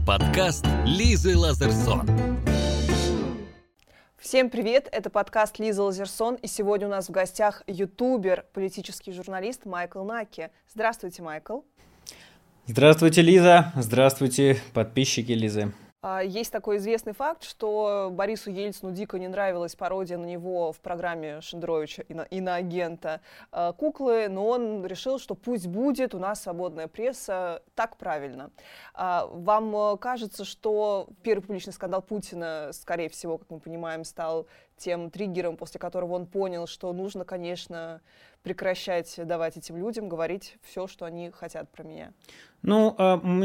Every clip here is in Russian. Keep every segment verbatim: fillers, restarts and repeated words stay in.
Подкаст Лизы Лазерсон. Всем привет, это подкаст Лиза Лазерсон, и сегодня у нас в гостях ютубер, политический журналист Майкл Наки. Здравствуйте, Майкл. Здравствуйте, Лиза. Здравствуйте, подписчики Лизы. Есть такой известный факт, что Борису Ельцину дико не нравилась пародия на него в программе Шендеровича «Иноагента» «Куклы», но он решил, что пусть будет, у нас свободная пресса, так правильно. Вам кажется, что первый публичный скандал Путина, скорее всего, как мы понимаем, стал тем триггером, после которого он понял, что нужно, конечно, прекращать давать этим людям говорить все, что они хотят про меня? Ну,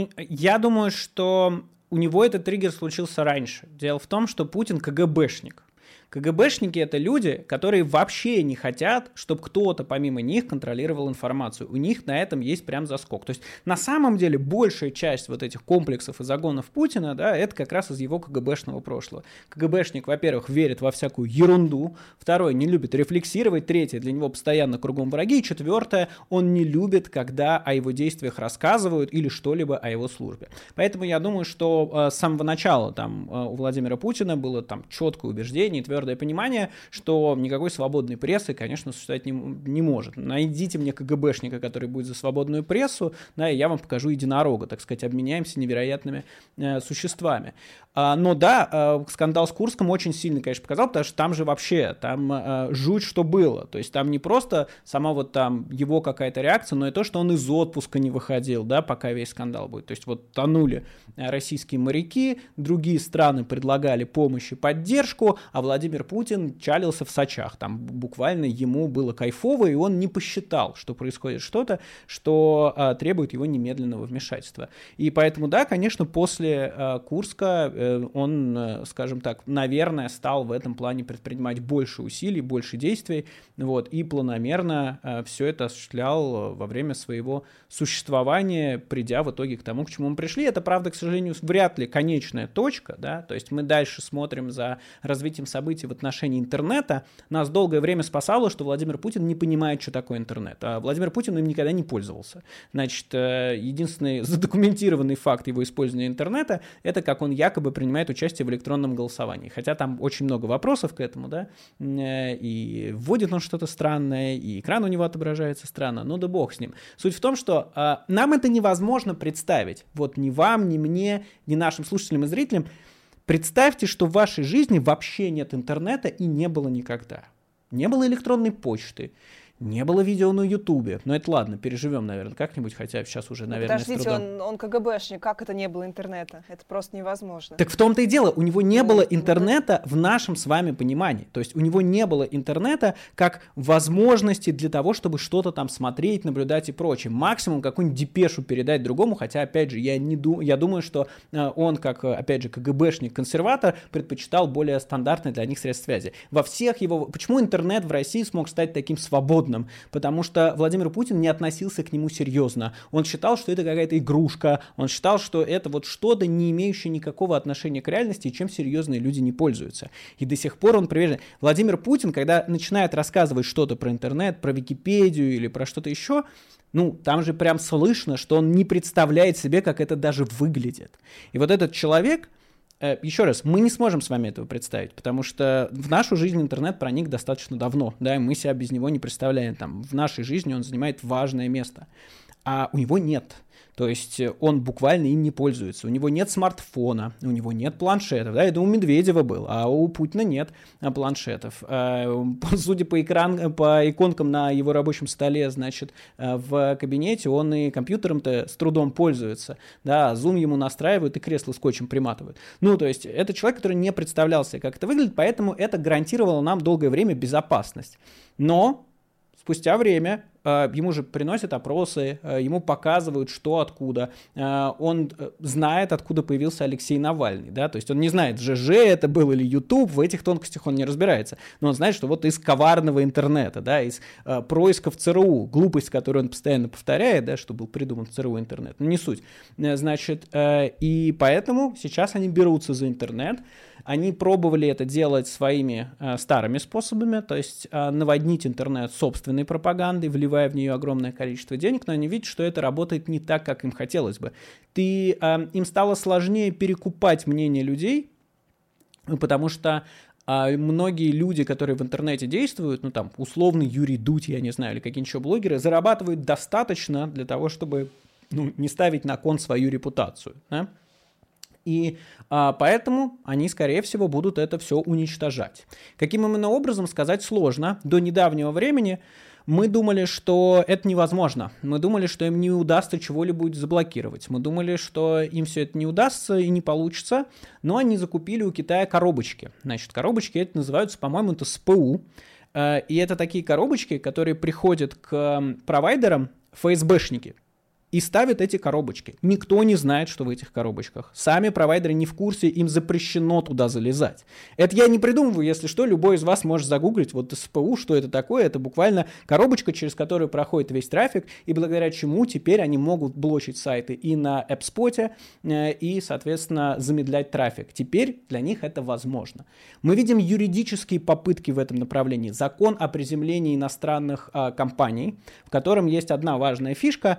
я думаю, что у него этот триггер случился раньше. Дело в том, что Путин КГБшник. КГБшники – это люди, которые вообще не хотят, чтобы кто-то помимо них контролировал информацию. У них на этом есть прям заскок. То есть на самом деле большая часть вот этих комплексов и загонов Путина, да, это как раз из его КГБшного прошлого. КГБшник, во-первых, верит во всякую ерунду, второй, не любит рефлексировать, третье, для него постоянно кругом враги, и четвертое, он не любит, когда о его действиях рассказывают или что-либо о его службе. Поэтому я думаю, что э, с самого начала там, э, у Владимира Путина было там четкое убеждение, твердое понимание, что никакой свободной прессы, конечно, существовать не, не может. Найдите мне КГБшника, который будет за свободную прессу, да, и я вам покажу единорога, так сказать, обменяемся невероятными э, существами. А, но да, э, скандал с Курском очень сильно, конечно, показал, потому что там же вообще, там э, жуть, что было. То есть там не просто сама вот там его какая-то реакция, но и то, что он из отпуска не выходил, да, пока весь скандал будет. То есть вот тонули российские моряки, другие страны предлагали помощь и поддержку, а Владимир Путин чалился в Сочах. Там буквально ему было кайфово, и он не посчитал, что происходит что-то, что а, требует его немедленного вмешательства. И поэтому, да, конечно, после а, Курска э, он, э, скажем так, наверное, стал в этом плане предпринимать больше усилий, больше действий, вот, и планомерно а, все это осуществлял во время своего существования, придя в итоге к тому, к чему мы пришли. Это, правда, к сожалению, вряд ли конечная точка, да, то есть мы дальше смотрим за развитием событий в отношении интернета. Нас долгое время спасало, что Владимир Путин не понимает, что такое интернет. А Владимир Путин им никогда не пользовался. Значит, единственный задокументированный факт его использования интернета — это как он якобы принимает участие в электронном голосовании. Хотя там очень много вопросов к этому, да, и вводит он что-то странное, и экран у него отображается странно. Ну да бог с ним. Суть в том, что а, нам это невозможно представить. Вот ни вам, ни мне, ни нашим слушателям и зрителям. Представьте, что в вашей жизни вообще нет интернета и не было никогда. Не было электронной почты, не было видео на Ютубе. Но это ладно, переживем, наверное, как-нибудь, хотя сейчас уже, наверное, Подождите, с трудом. он, он КГБшник, как это не было интернета? Это просто невозможно. Так в том-то и дело, у него не было интернета в нашем с вами понимании. То есть у него не было интернета как возможности для того, чтобы что-то там смотреть, наблюдать и прочее. Максимум какую-нибудь депешу передать другому, хотя, опять же, я, не ду- я думаю, что он, как, опять же, КГБшник-консерватор, предпочитал более стандартные для них средства связи. Во всех его... Почему интернет в России смог стать таким свободным? Потому что Владимир Путин не относился к нему серьезно. Он считал, что это какая-то игрушка, он считал, что это вот что-то, не имеющее никакого отношения к реальности, и чем серьезные люди не пользуются. И до сих пор он привержен. Владимир Путин, когда начинает рассказывать что-то про интернет, про Википедию или про что-то еще, ну, там же прям слышно, что он не представляет себе, как это даже выглядит. И вот этот человек... Еще раз, мы не сможем с вами этого представить, потому что в нашу жизнь интернет проник достаточно давно, да, и мы себя без него не представляем. Там, в нашей жизни он занимает важное место, а у него нет. То есть он буквально им не пользуется. У него нет смартфона, у него нет планшетов. Да, это у Медведева был, а у Путина нет планшетов. Судя по, экран, по иконкам на его рабочем столе, значит, в кабинете он и компьютером-то с трудом пользуется. Да, Zoom ему настраивают и кресло скотчем приматывают. Ну, то есть это человек, который не представлял себе, как это выглядит, поэтому это гарантировало нам долгое время безопасность. Но спустя время ему же приносят опросы, ему показывают, что откуда. Он знает, откуда появился Алексей Навальный, да, то есть он не знает, ЖЖ это был или YouTube, в этих тонкостях он не разбирается, но он знает, что вот из коварного интернета, да, из происков ЦРУ, глупость, которую он постоянно повторяет, да, что был придуман в ЦРУ интернет, ну не суть, значит, и поэтому сейчас они берутся за интернет. Они пробовали это делать своими э, старыми способами, то есть э, наводнить интернет собственной пропагандой, вливать вливая в нее огромное количество денег, но они видят, что это работает не так, как им хотелось бы. Ты, э, им стало сложнее перекупать мнение людей, потому что э, многие люди, которые в интернете действуют, ну там условный Юрий Дудь, я не знаю, или какие-нибудь еще блогеры, зарабатывают достаточно для того, чтобы ну, не ставить на кон свою репутацию, да? И а, поэтому они, скорее всего, будут это все уничтожать. Каким именно образом, сказать сложно. До недавнего времени мы думали, что это невозможно. Мы думали, что им не удастся чего-либо заблокировать. Мы думали, что им все это не удастся и не получится. Но они закупили у Китая коробочки. Значит, коробочки это называются, по-моему, это СПУ. И это такие коробочки, которые приходят к провайдерам, эф эс бэ-шники. И ставят эти коробочки. Никто не знает, что в этих коробочках. Сами провайдеры не в курсе, им запрещено туда залезать. Это я не придумываю, если что, любой из вас может загуглить вот эс пэ у, что это такое. Это буквально коробочка, через которую проходит весь трафик, и благодаря чему теперь они могут блочить сайты и на AppSpot, и, соответственно, замедлять трафик. Теперь для них это возможно. Мы видим юридические попытки в этом направлении. Закон о приземлении иностранных а, компаний, в котором есть одна важная фишка.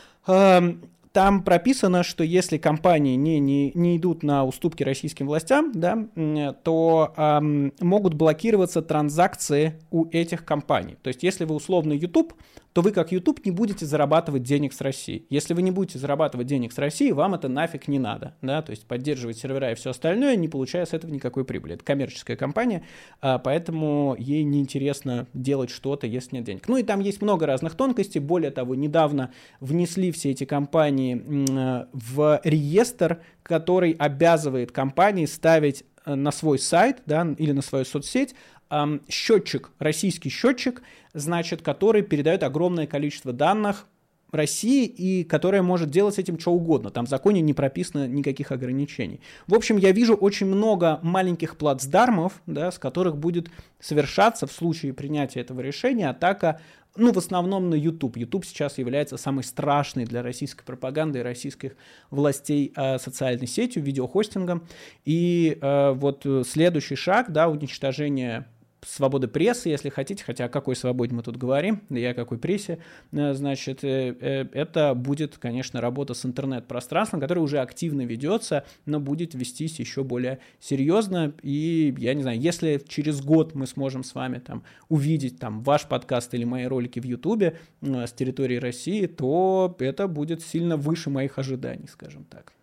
Там прописано, что если компании не, не, не идут на уступки российским властям, да, то эм, могут блокироваться транзакции у этих компаний. То есть если вы условно YouTube, то вы как YouTube не будете зарабатывать денег с России. Если вы не будете зарабатывать денег с России, вам это нафиг не надо. Да? То есть поддерживать сервера и все остальное, не получая с этого никакой прибыли. Это коммерческая компания, поэтому ей неинтересно делать что-то, если нет денег. Ну и там есть много разных тонкостей. Более того, недавно внесли все эти компании в реестр, который обязывает компании ставить на свой сайт, да, или на свою соцсеть счетчик, российский счетчик, значит, который передает огромное количество данных России и которая может делать с этим что угодно. Там в законе не прописано никаких ограничений. В общем, я вижу очень много маленьких плацдармов, да, с которых будет совершаться в случае принятия этого решения атака, ну, в основном на YouTube. YouTube сейчас является самой страшной для российской пропаганды и российских властей э, социальной сетью, видеохостингом. И э, вот следующий шаг, да, уничтожение свободы прессы, если хотите, хотя о какой свободе мы тут говорим, да и о какой прессе, значит, это будет, конечно, работа с интернет-пространством, которое уже активно ведется, но будет вестись еще более серьезно, и, я не знаю, если через год мы сможем с вами там увидеть там ваш подкаст или мои ролики в Ютубе с территории России, то это будет сильно выше моих ожиданий, скажем так.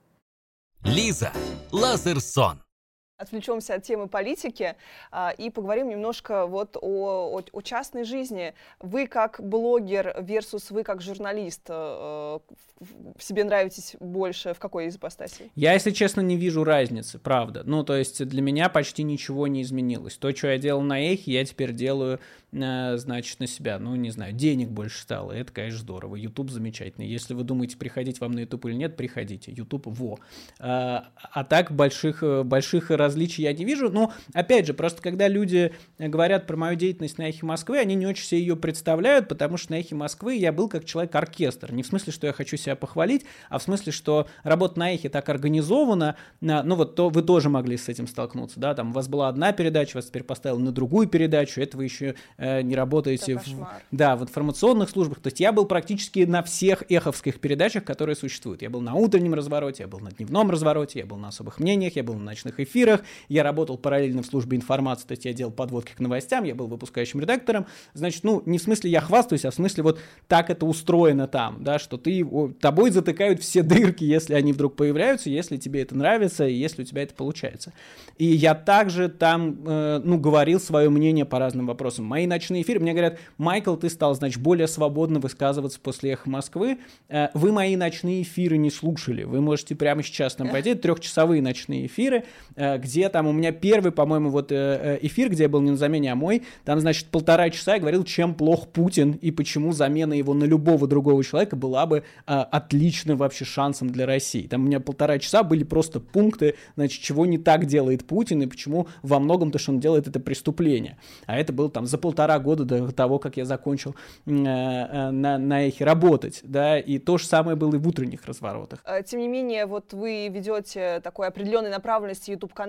Лиза Лазерсон. Отвлечемся от темы политики а, и поговорим немножко вот о, о, о частной жизни. Вы как блогер versus вы как журналист, э, себе нравитесь больше в какой из ипостасей? Я, если честно, не вижу разницы, правда. Ну, то есть для меня почти ничего не изменилось. То, что я делал на Эхе, я теперь делаю, э, значит, на себя. Ну, не знаю, денег больше стало. Это, конечно, здорово. YouTube замечательный. Если вы думаете, приходить вам на YouTube или нет, приходите. YouTube, во. А, а так больших, больших различий я не вижу. Но, опять же, просто когда люди говорят про мою деятельность на Эхе Москвы, они не очень себе ее представляют, потому что на Эхе Москвы я был как человек-оркестр. Не в смысле, что я хочу себя похвалить, а в смысле, что работа на Эхе так организована, ну вот то вы тоже могли с этим столкнуться, да, там у вас была одна передача, вас теперь поставили на другую передачу, это вы еще э, не работаете в, да, в информационных службах, то есть я был практически на всех эховских передачах, которые существуют. Я был на утреннем развороте, я был на дневном развороте, я был на особых мнениях, я был на ночных эфирах, я работал параллельно в службе информации, то есть я делал подводки к новостям, я был выпускающим редактором, значит, ну, не в смысле я хвастаюсь, а в смысле вот так это устроено там, да, что ты тобой затыкают все дырки, если они вдруг появляются, если тебе это нравится и если у тебя это получается. И я также там, э, ну, говорил свое мнение по разным вопросам. Мои ночные эфиры, мне говорят: Майкл, ты стал, значит, более свободно высказываться после «Эхо Москвы». Э, вы мои ночные эфиры не слушали. Вы можете прямо сейчас там пойти, трехчасовые ночные эфиры, э, где там у меня первый, по-моему, вот э, эфир, где я был не на замене, а мой, там, значит, полтора часа я говорил, чем плох Путин и почему замена его на любого другого человека была бы э, отличным вообще шансом для России. Там у меня полтора часа были просто пункты, значит, чего не так делает Путин и почему во многом то, что он делает, это преступление. А это было там за полтора года до того, как я закончил э, э, на, на Эхе работать, да, и то же самое было и в утренних разворотах. Тем не менее, вот вы ведете такой определенной направленности YouTube-канал,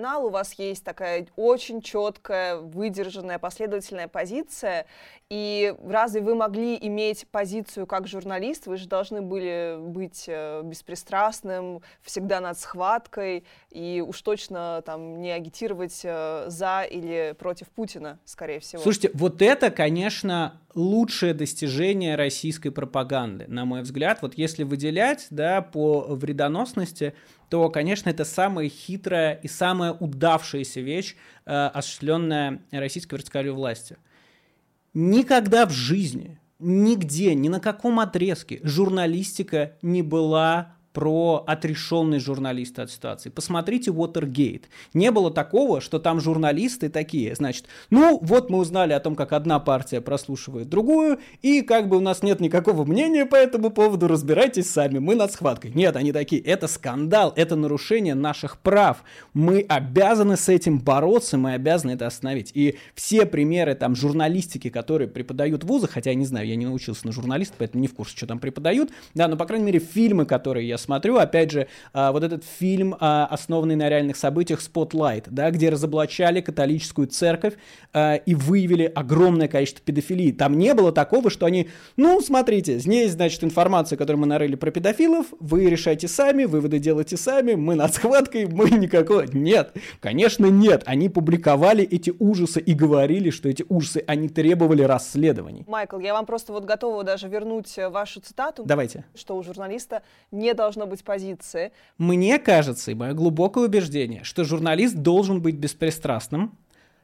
канал, у вас есть такая очень четкая, выдержанная, последовательная позиция, и разве вы могли иметь позицию как журналист? Вы же должны были быть беспристрастным, всегда над схваткой, и уж точно там не агитировать за или против Путина, скорее всего. Слушайте, вот это, конечно, лучшее достижение российской пропаганды, на мой взгляд. Вот если выделять, да, по вредоносности, то, конечно, это самая хитрая и самая удавшаяся вещь, э, осуществленная российской вертикалью власти. Никогда в жизни, нигде, ни на каком отрезке журналистика не была про отрешенные журналисты от ситуации. Посмотрите Watergate. Не было такого, что там журналисты такие, значит, ну вот мы узнали о том, как одна партия прослушивает другую, и как бы у нас нет никакого мнения по этому поводу, разбирайтесь сами, мы над схваткой. Нет, они такие, это скандал, это нарушение наших прав. Мы обязаны с этим бороться, мы обязаны это остановить. И все примеры там журналистики, которые преподают в вузах, хотя я не знаю, я не научился на журналиста, поэтому не в курсе, что там преподают, да, но, по крайней мере, фильмы, которые я смотрю, опять же, а, вот этот фильм, а, основанный на реальных событиях Spotlight, да, где разоблачали католическую церковь а, и выявили огромное количество педофилии. Там не было такого, что они, ну, смотрите, здесь, значит, информация, которую мы нарыли про педофилов, вы решайте сами, выводы делайте сами, мы над схваткой, мы никакого... Нет, конечно, нет. Они публиковали эти ужасы и говорили, что эти ужасы, они требовали расследований. Майкл, я вам просто вот готова даже вернуть вашу цитату. Давайте. Что у журналиста не должно быть позиции. Мне кажется, и мое глубокое убеждение, что журналист должен быть беспристрастным,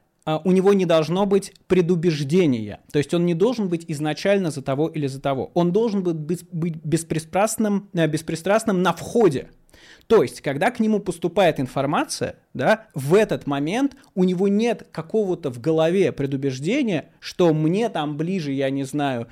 у него не должно быть предубеждения, то есть он не должен быть изначально за того или за того. Он должен быть беспристрастным, беспристрастным на входе. То есть, когда к нему поступает информация, да, в этот момент у него нет какого-то в голове предубеждения, что мне там ближе, я не знаю,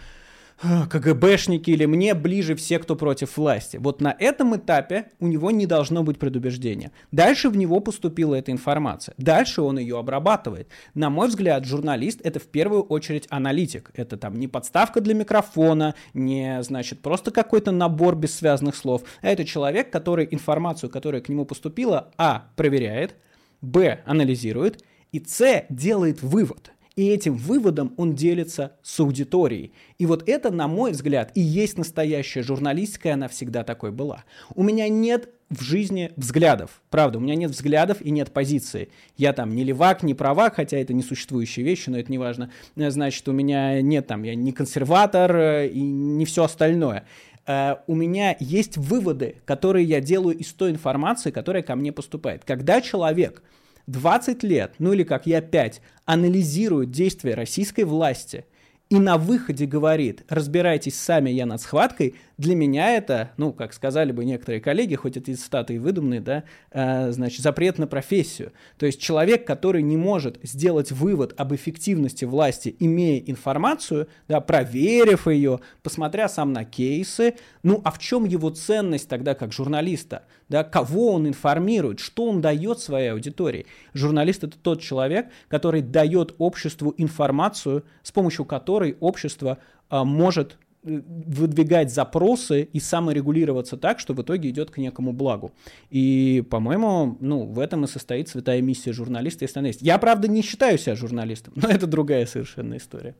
КГБшники или мне ближе все, кто против власти. Вот на этом этапе у него не должно быть предубеждения. Дальше в него поступила эта информация. Дальше он ее обрабатывает. На мой взгляд, журналист — это в первую очередь аналитик. Это там не подставка для микрофона, не, значит, просто какой-то набор бессвязных слов. А это человек, который информацию, которая к нему поступила, а, проверяет, б, анализирует, и с, делает вывод. И этим выводом он делится с аудиторией. И вот это, на мой взгляд, и есть настоящая журналистика, и она всегда такой была. У меня нет в жизни взглядов. Правда, у меня нет взглядов и нет позиции. Я там не левак, не правак, хотя это несуществующие вещи, но это не важно. Значит, у меня нет там, я не консерватор и не все остальное. У меня есть выводы, которые я делаю из той информации, которая ко мне поступает. Когда человек двадцать лет, ну или как я пять, анализирует действия российской власти и на выходе говорит: разбирайтесь сами, я над схваткой, для меня это, ну, как сказали бы некоторые коллеги, хоть эти цитаты и выдуманные, да, э, значит, запрет на профессию. То есть человек, который не может сделать вывод об эффективности власти, имея информацию, да, проверив ее, посмотря сам на кейсы, ну, а в чем его ценность тогда как журналиста? Да, кого он информирует, что он дает своей аудитории? Журналист — это тот человек, который дает обществу информацию, с помощью которой общество а, может выдвигать запросы и саморегулироваться так, что в итоге идет к некому благу. И, по-моему, ну, в этом и состоит святая миссия журналиста, если она есть. Я, правда, не считаю себя журналистом, но это другая совершенно история.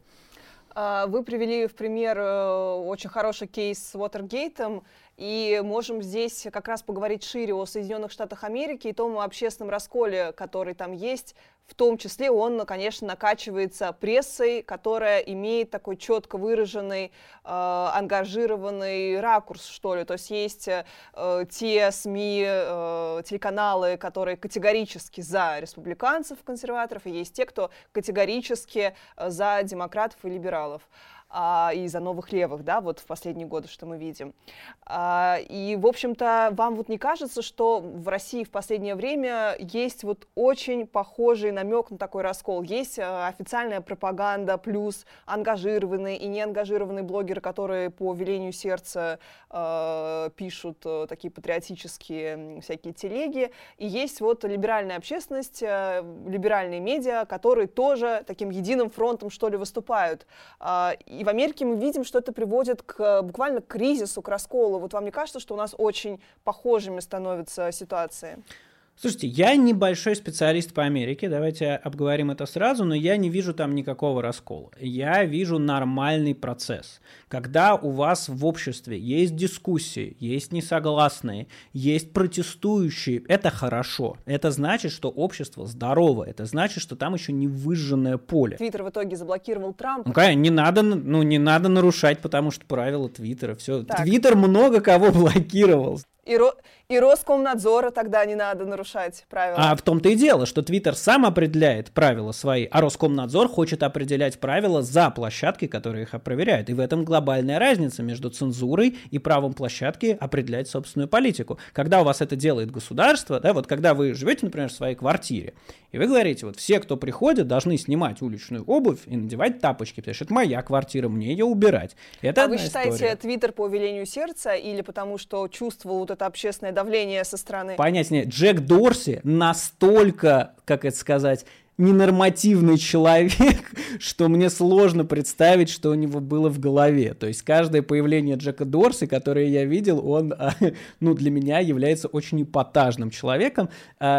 Вы привели в пример очень хороший кейс с Уотергейтом, и можем здесь как раз поговорить шире о Соединенных Штатах Америки и том общественном расколе, который там есть. В том числе он, конечно, накачивается прессой, которая имеет такой четко выраженный, э, ангажированный ракурс, что ли. То есть есть э, те СМИ, э, телеканалы, которые категорически за республиканцев, консерваторов, и есть те, кто категорически за демократов и либералов. А, и за новых левых, да, вот в последние годы, что мы видим. А, и, в общем-то, вам вот не кажется, что в России в последнее время есть вот очень похожий намек на такой раскол? Есть а, официальная пропаганда плюс ангажированные и неангажированные блогеры, которые по велению сердца а, пишут а, такие патриотические всякие телеги. И есть вот либеральная общественность, а, либеральные медиа, которые тоже таким единым фронтом, что ли, выступают. А, И в Америке мы видим, что это приводит к, буквально к кризису, к расколу. Вот вам не кажется, что у нас очень похожими становятся ситуации? Слушайте, я небольшой специалист по Америке, давайте обговорим это сразу, но я не вижу там никакого раскола. Я вижу нормальный процесс. Когда у вас в обществе есть дискуссии, есть несогласные, есть протестующие, это хорошо. Это значит, что общество здорово, это значит, что там еще не выжженное поле. Твиттер в итоге заблокировал Трамп. Ну, конечно, не надо, ну, не надо нарушать, потому что правила Твиттера, все. Твиттер много кого блокировал. И, Ро... и Роскомнадзора тогда не надо нарушать правила. А в том-то и дело, что Твиттер сам определяет правила свои, а Роскомнадзор хочет определять правила за площадки, которые их проверяют. И в этом глобальная разница между цензурой и правом площадки определять собственную политику. Когда у вас это делает государство, да, вот когда вы живете, например, в своей квартире, и вы говорите, вот все, кто приходит, должны снимать уличную обувь и надевать тапочки, потому что это моя квартира, мне ее убирать. Это а вы считаете Твиттер по велению сердца или потому что чувствовал вот это общественное давление со стороны? Понять нет. Джек Дорси настолько, как это сказать, ненормативный человек, что мне сложно представить, что у него было в голове. То есть каждое появление Джека Дорси, которое я видел, он, ну, для меня является очень эпатажным человеком.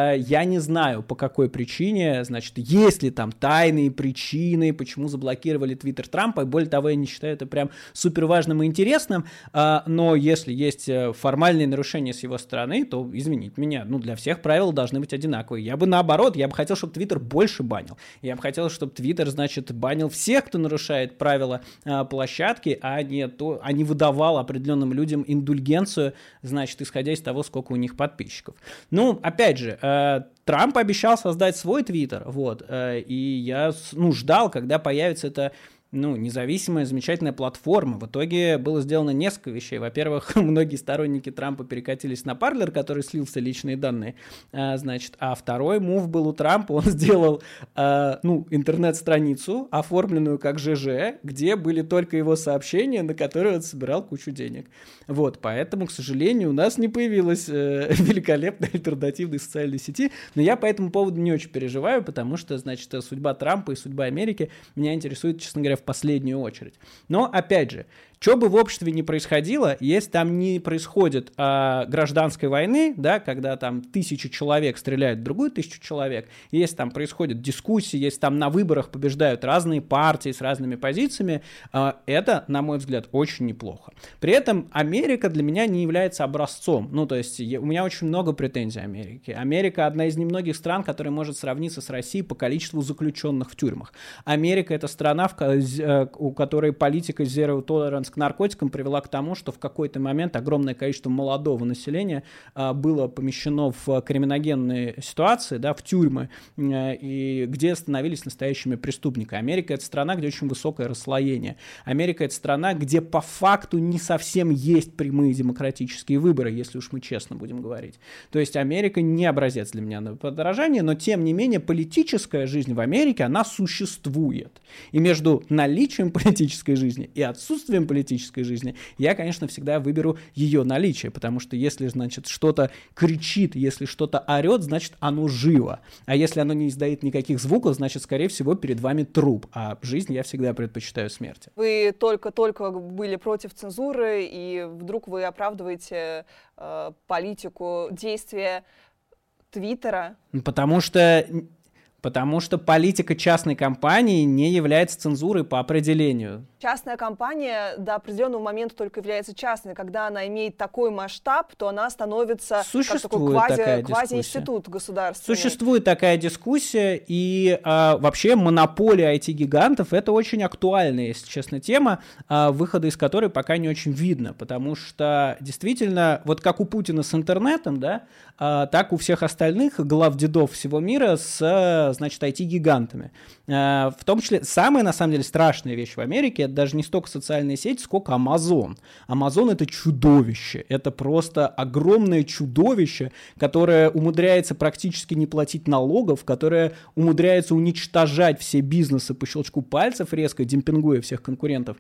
Я не знаю, по какой причине, значит, есть ли там тайные причины, почему заблокировали Твиттер Трампа, и более того, я не считаю это прям супер важным и интересным, но если есть формальные нарушения с его стороны, то, извините меня, ну, для всех правила должны быть одинаковые. Я бы наоборот, я бы хотел, чтобы Твиттер больше банил. Я бы хотел, чтобы Твиттер, значит, банил всех, кто нарушает правила э, площадки, а не, то, а не выдавал определенным людям индульгенцию, значит, исходя из того, сколько у них подписчиков. Ну, опять же, э, Трамп обещал создать свой Твиттер, вот, э, и я, ну, ждал, когда появится это, ну, независимая, замечательная платформа. В итоге было сделано несколько вещей. Во-первых, многие сторонники Трампа перекатились на Parler, который слил все личные данные, а, значит, а второй мув был у Трампа, он сделал, а, ну, интернет-страницу, оформленную как ЖЖ, где были только его сообщения, на которые он собирал кучу денег. Вот, поэтому, к сожалению, у нас не появилась э, великолепной альтернативной социальной сети, но я по этому поводу не очень переживаю, потому что, значит, судьба Трампа и судьба Америки меня интересует, честно говоря, в последнюю очередь. Но, опять же, что бы в обществе ни происходило, если там не происходит а, гражданской войны, да, когда там тысячи человек стреляют в другую тысячу человек, если там происходят дискуссии, если там на выборах побеждают разные партии с разными позициями, а, это, на мой взгляд, очень неплохо. При этом Америка для меня не является образцом. Ну, то есть я, у меня очень много претензий Америке. Америка одна из немногих стран, которая может сравниться с Россией по количеству заключенных в тюрьмах. Америка — это страна, в, у которой политика zero tolerance к наркотикам привела к тому, что в какой-то момент огромное количество молодого населения а, было помещено в криминогенные ситуации, да, в тюрьмы, а, и где становились настоящими преступниками. Америка — это страна, где очень высокое расслоение. Америка — это страна, где по факту не совсем есть прямые демократические выборы, если уж мы честно будем говорить. То есть Америка не образец для меня на подражание, но тем не менее политическая жизнь в Америке, она существует. И между наличием политической жизни и отсутствием политической политической жизни, я, конечно, всегда выберу ее наличие, потому что если, значит, что-то кричит, если что-то орет, значит, оно живо. А если оно не издает никаких звуков, значит, скорее всего, перед вами труп. А жизнь я всегда предпочитаю смерти. Вы только-только были против цензуры, и вдруг вы оправдываете э, политику, действия Твиттера? Потому что... Потому что политика частной компании не является цензурой по определению. Частная компания до определенного момента только является частной. Когда она имеет такой масштаб, то она становится как такой квази, квази-институт государственный. Существует такая дискуссия, и а, вообще монополия ай ти-гигантов — это очень актуальная, если честно, тема, а, выхода из которой пока не очень видно, потому что действительно, вот как у Путина с интернетом, да, а, так у всех остальных главдедов всего мира с, значит, ай ти-гигантами. А, в том числе, самая, на самом деле, страшная вещь в Америке — это даже не столько социальные сети, сколько Amazon. Amazon — это чудовище. Это просто огромное чудовище, которое умудряется практически не платить налогов, которое умудряется уничтожать все бизнесы по щелчку пальцев, резко демпингуя всех конкурентов.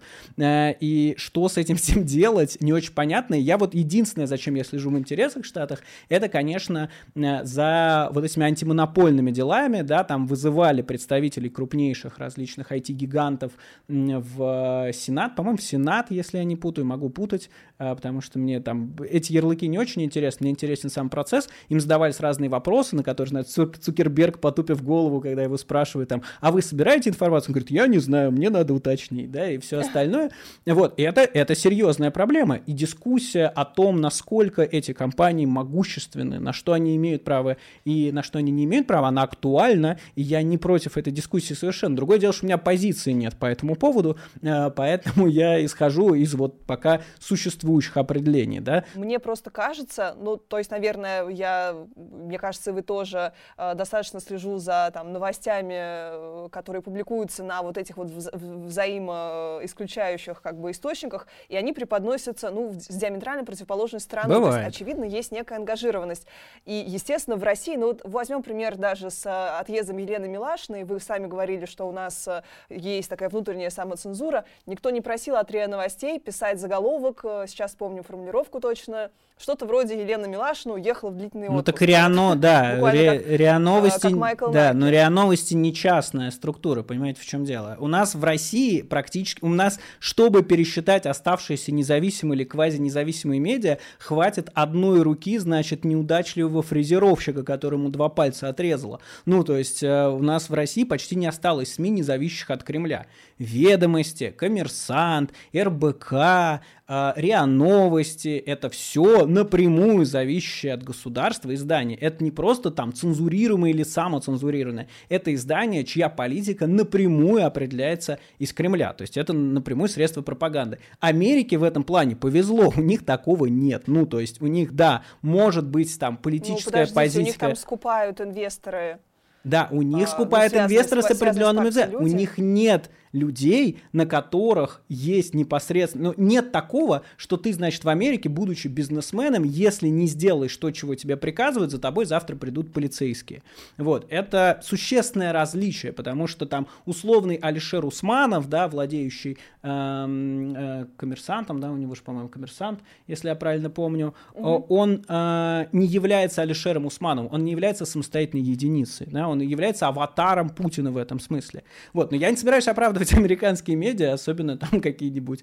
И что с этим всем делать, не очень понятно. Я вот единственное, зачем я слежу в интересах в Штатах, это, конечно, за вот этими антимонопольными делами, да, да, там вызывали представителей крупнейших различных ай ти-гигантов в Сенат, по-моему, в Сенат, если я не путаю, могу путать, потому что мне там эти ярлыки не очень интересны, мне интересен сам процесс, им задавались разные вопросы, на которые, знаете, Цукерберг, потупив голову, когда его спрашивают, там, а вы собираете информацию? Он говорит, я не знаю, мне надо уточнить, да, и все остальное. Вот, и это, это серьезная проблема, и дискуссия о том, насколько эти компании могущественны, на что они имеют право и на что они не имеют права, она актуальна, и я не против этой дискуссии совершенно. Другое дело, что у меня позиции нет по этому поводу, поэтому я исхожу из вот пока существующих определений, да. Мне просто кажется, ну, то есть, наверное, я, мне кажется, вы тоже э, достаточно слежу за там новостями, э, которые публикуются на вот этих вот вза- взаимоисключающих как бы источниках, и они преподносятся, ну, с диаметрально противоположной стороны. Бывает. То есть, очевидно, есть некая ангажированность. И, естественно, в России, ну, вот возьмем пример даже с э, отъездом Елены Милашиной, вы сами говорили, что у нас э, есть такая внутренняя самоцензура, никто не просил от РИА Новостей писать заголовок, э, сейчас помню формулировку точно, что-то вроде Елена Милашина уехала в длительный отпуск. Ну так РИА, да, Ре, РИА Новости, как да, но РИА Новости не частная структура, понимаете, в чем дело? У нас в России практически, у нас, чтобы пересчитать оставшиеся независимые или квазинезависимые медиа, хватит одной руки, значит, неудачливого фрезеровщика, которому два пальца отрезало. Ну, то есть э, у нас в России почти не осталось СМИ, не зависящих от Кремля. Ведомости, Коммерсант, эр бэ ка, э, РИА Новости, это все напрямую зависящие от государства издания. Это не просто там цензурируемое или самоцензурированное. Это издание, чья политика напрямую определяется из Кремля. То есть это напрямую средство пропаганды. Америке в этом плане повезло, у них такого нет. Ну, то есть у них, да, может быть там политическая ну, позиция. У них там скупают инвесторы. Да, у них а, скупают ну, инвесторы с, с определенными взглядами. У люди. них нет людей, на которых есть непосредственно... Ну, нет такого, что ты, значит, в Америке, будучи бизнесменом, если не сделаешь то, чего тебе приказывают, за тобой завтра придут полицейские. Вот. Это существенное различие, потому что там условный Алишер Усманов, да, владеющий эм, э, коммерсантом, да, у него же, по-моему, коммерсант, если я правильно помню, угу. он э, не является Алишером Усмановым, он не является самостоятельной единицей, да, он является аватаром Путина в этом смысле. Вот. Но я не собираюсь оправдывать американские медиа, особенно там какие-нибудь,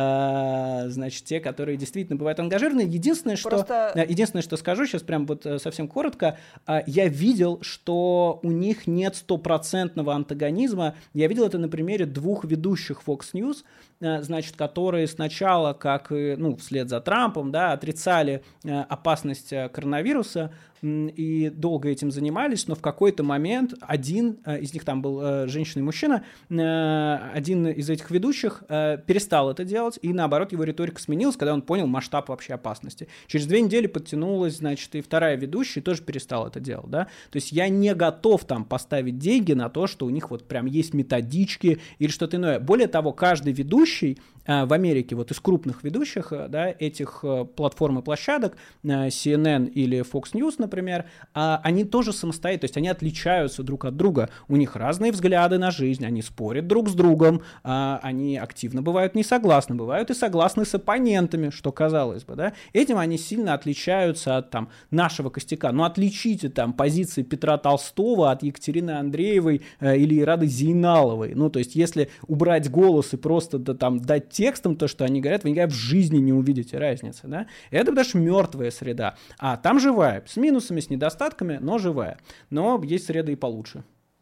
э, значит, те, которые действительно бывают ангажированы. Единственное, что, Просто... э, единственное, что скажу, сейчас прям вот э, совсем коротко, э, я видел, что у них нет стопроцентного антагонизма. Я видел это на примере двух ведущих Fox News, э, значит, которые сначала, как, ну, вслед за Трампом, да, отрицали э, опасность э, коронавируса, и долго этим занимались, но в какой-то момент один э, из них, там был э, женщина и мужчина, э, один из этих ведущих э, перестал это делать, и наоборот его риторика сменилась, когда он понял масштаб вообще опасности. Через две недели подтянулась, значит, и вторая ведущая, и тоже перестала это делать, да. То есть я не готов там поставить деньги на то, что у них вот прям есть методички или что-то иное. Более того, каждый ведущий э, в Америке, вот из крупных ведущих, э, да, этих э, платформ и площадок, э, си эн эн или Fox News, например, например, они тоже самостоятельны, то есть они отличаются друг от друга, у них разные взгляды на жизнь, они спорят друг с другом, они активно бывают не согласны, бывают и согласны с оппонентами, что казалось бы, да, этим они сильно отличаются от там нашего костяка, но отличите там позиции Петра Толстого от Екатерины Андреевой или Ирады Зейналовой, ну, то есть если убрать голос и просто да, там дать текстом то, что они говорят, вы никогда в жизни не увидите разницы, да, это даже мертвая среда, а там живая, с минусами, с недостатками, но живая. Но есть среды и получше.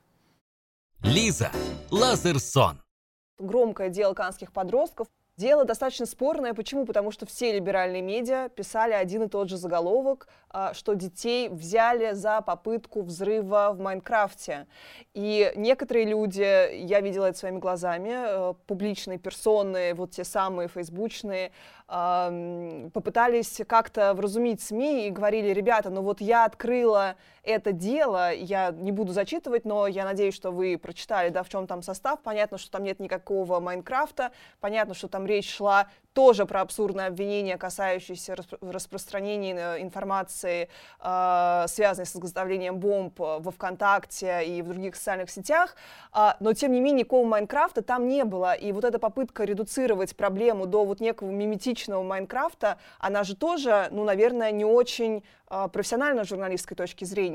Лиза Лазерсон. Громкое дело канских подростков. Дело достаточно спорное. Почему? Потому что все либеральные медиа писали один и тот же заголовок, что детей взяли за попытку взрыва в Майнкрафте. И некоторые люди, я видела это своими глазами, публичные персоны, вот те самые фейсбучные, попытались как-то вразумить СМИ и говорили: ребята, ну вот я открыла это дело, я не буду зачитывать, но я надеюсь, что вы прочитали, да, в чем там состав. Понятно, что там нет никакого Майнкрафта, понятно, что там речь шла тоже про абсурдное обвинение, касающееся распространения информации, э, связанной с изготовлением бомб во ВКонтакте и в других социальных сетях, э, но тем не менее никакого Майнкрафта там не было, и вот эта попытка редуцировать проблему до вот некого миметичного Майнкрафта, она же тоже, ну, наверное, не очень э, профессионально с журналистской точки зрения.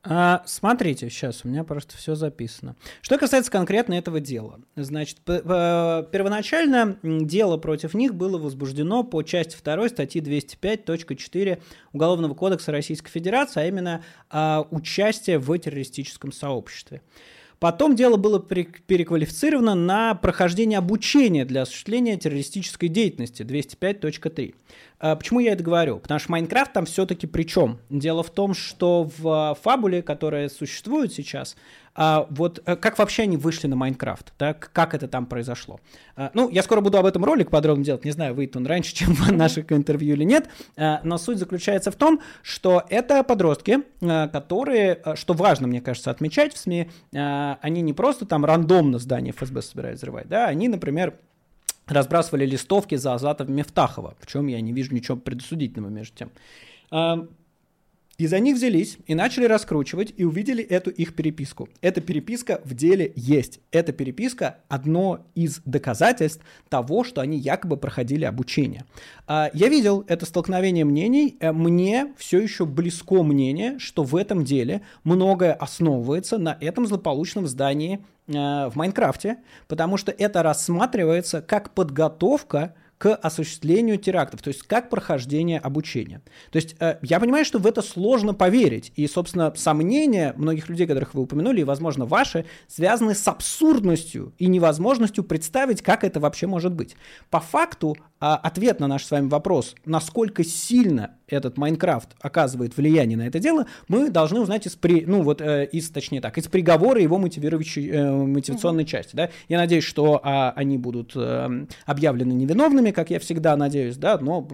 А, смотрите, сейчас у меня просто все записано. Что касается конкретно этого дела. Значит, первоначально дело против них было возбуждено по части второй статьи двести пять точка четыре Уголовного кодекса Российской Федерации, а именно а, участие в террористическом сообществе. Потом дело было переквалифицировано на прохождение обучения для осуществления террористической деятельности двести пять точка три. Почему я это говорю? Потому что Майнкрафт там все-таки при чем? Дело в том, что в фабуле, которая существует сейчас, вот как вообще они вышли на Майнкрафт, да? Как это там произошло. Ну, я скоро буду об этом ролик подробно делать, не знаю, выйдет он раньше, чем в наших интервью или нет, но суть заключается в том, что это подростки, которые, что важно, мне кажется, отмечать в СМИ, они не просто там рандомно здание эф эс бэ собирают взрывать, да, они, например, разбрасывали листовки за Азата Мифтахова, в чем я не вижу ничего предосудительного между тем. И за них взялись и начали раскручивать, и увидели эту их переписку. Эта переписка в деле есть. Эта переписка – одно из доказательств того, что они якобы проходили обучение. Я видел это столкновение мнений. Мне все еще близко мнение, что в этом деле многое основывается на этом злополучном здании в Майнкрафте, потому что это рассматривается как подготовка к осуществлению терактов, то есть как прохождение обучения. То есть э, я понимаю, что в это сложно поверить, и, собственно, сомнения многих людей, которых вы упомянули, и, возможно, ваши, связаны с абсурдностью и невозможностью представить, как это вообще может быть. По факту, э, ответ на наш с вами вопрос, насколько сильно этот Майнкрафт оказывает влияние на это дело, мы должны узнать из, при, ну, вот, э, из, точнее так, из приговора его мотивирующей, э, мотивационной mm-hmm. части. Да? Я надеюсь, что э, они будут э, объявлены невиновными, как я всегда надеюсь, да, но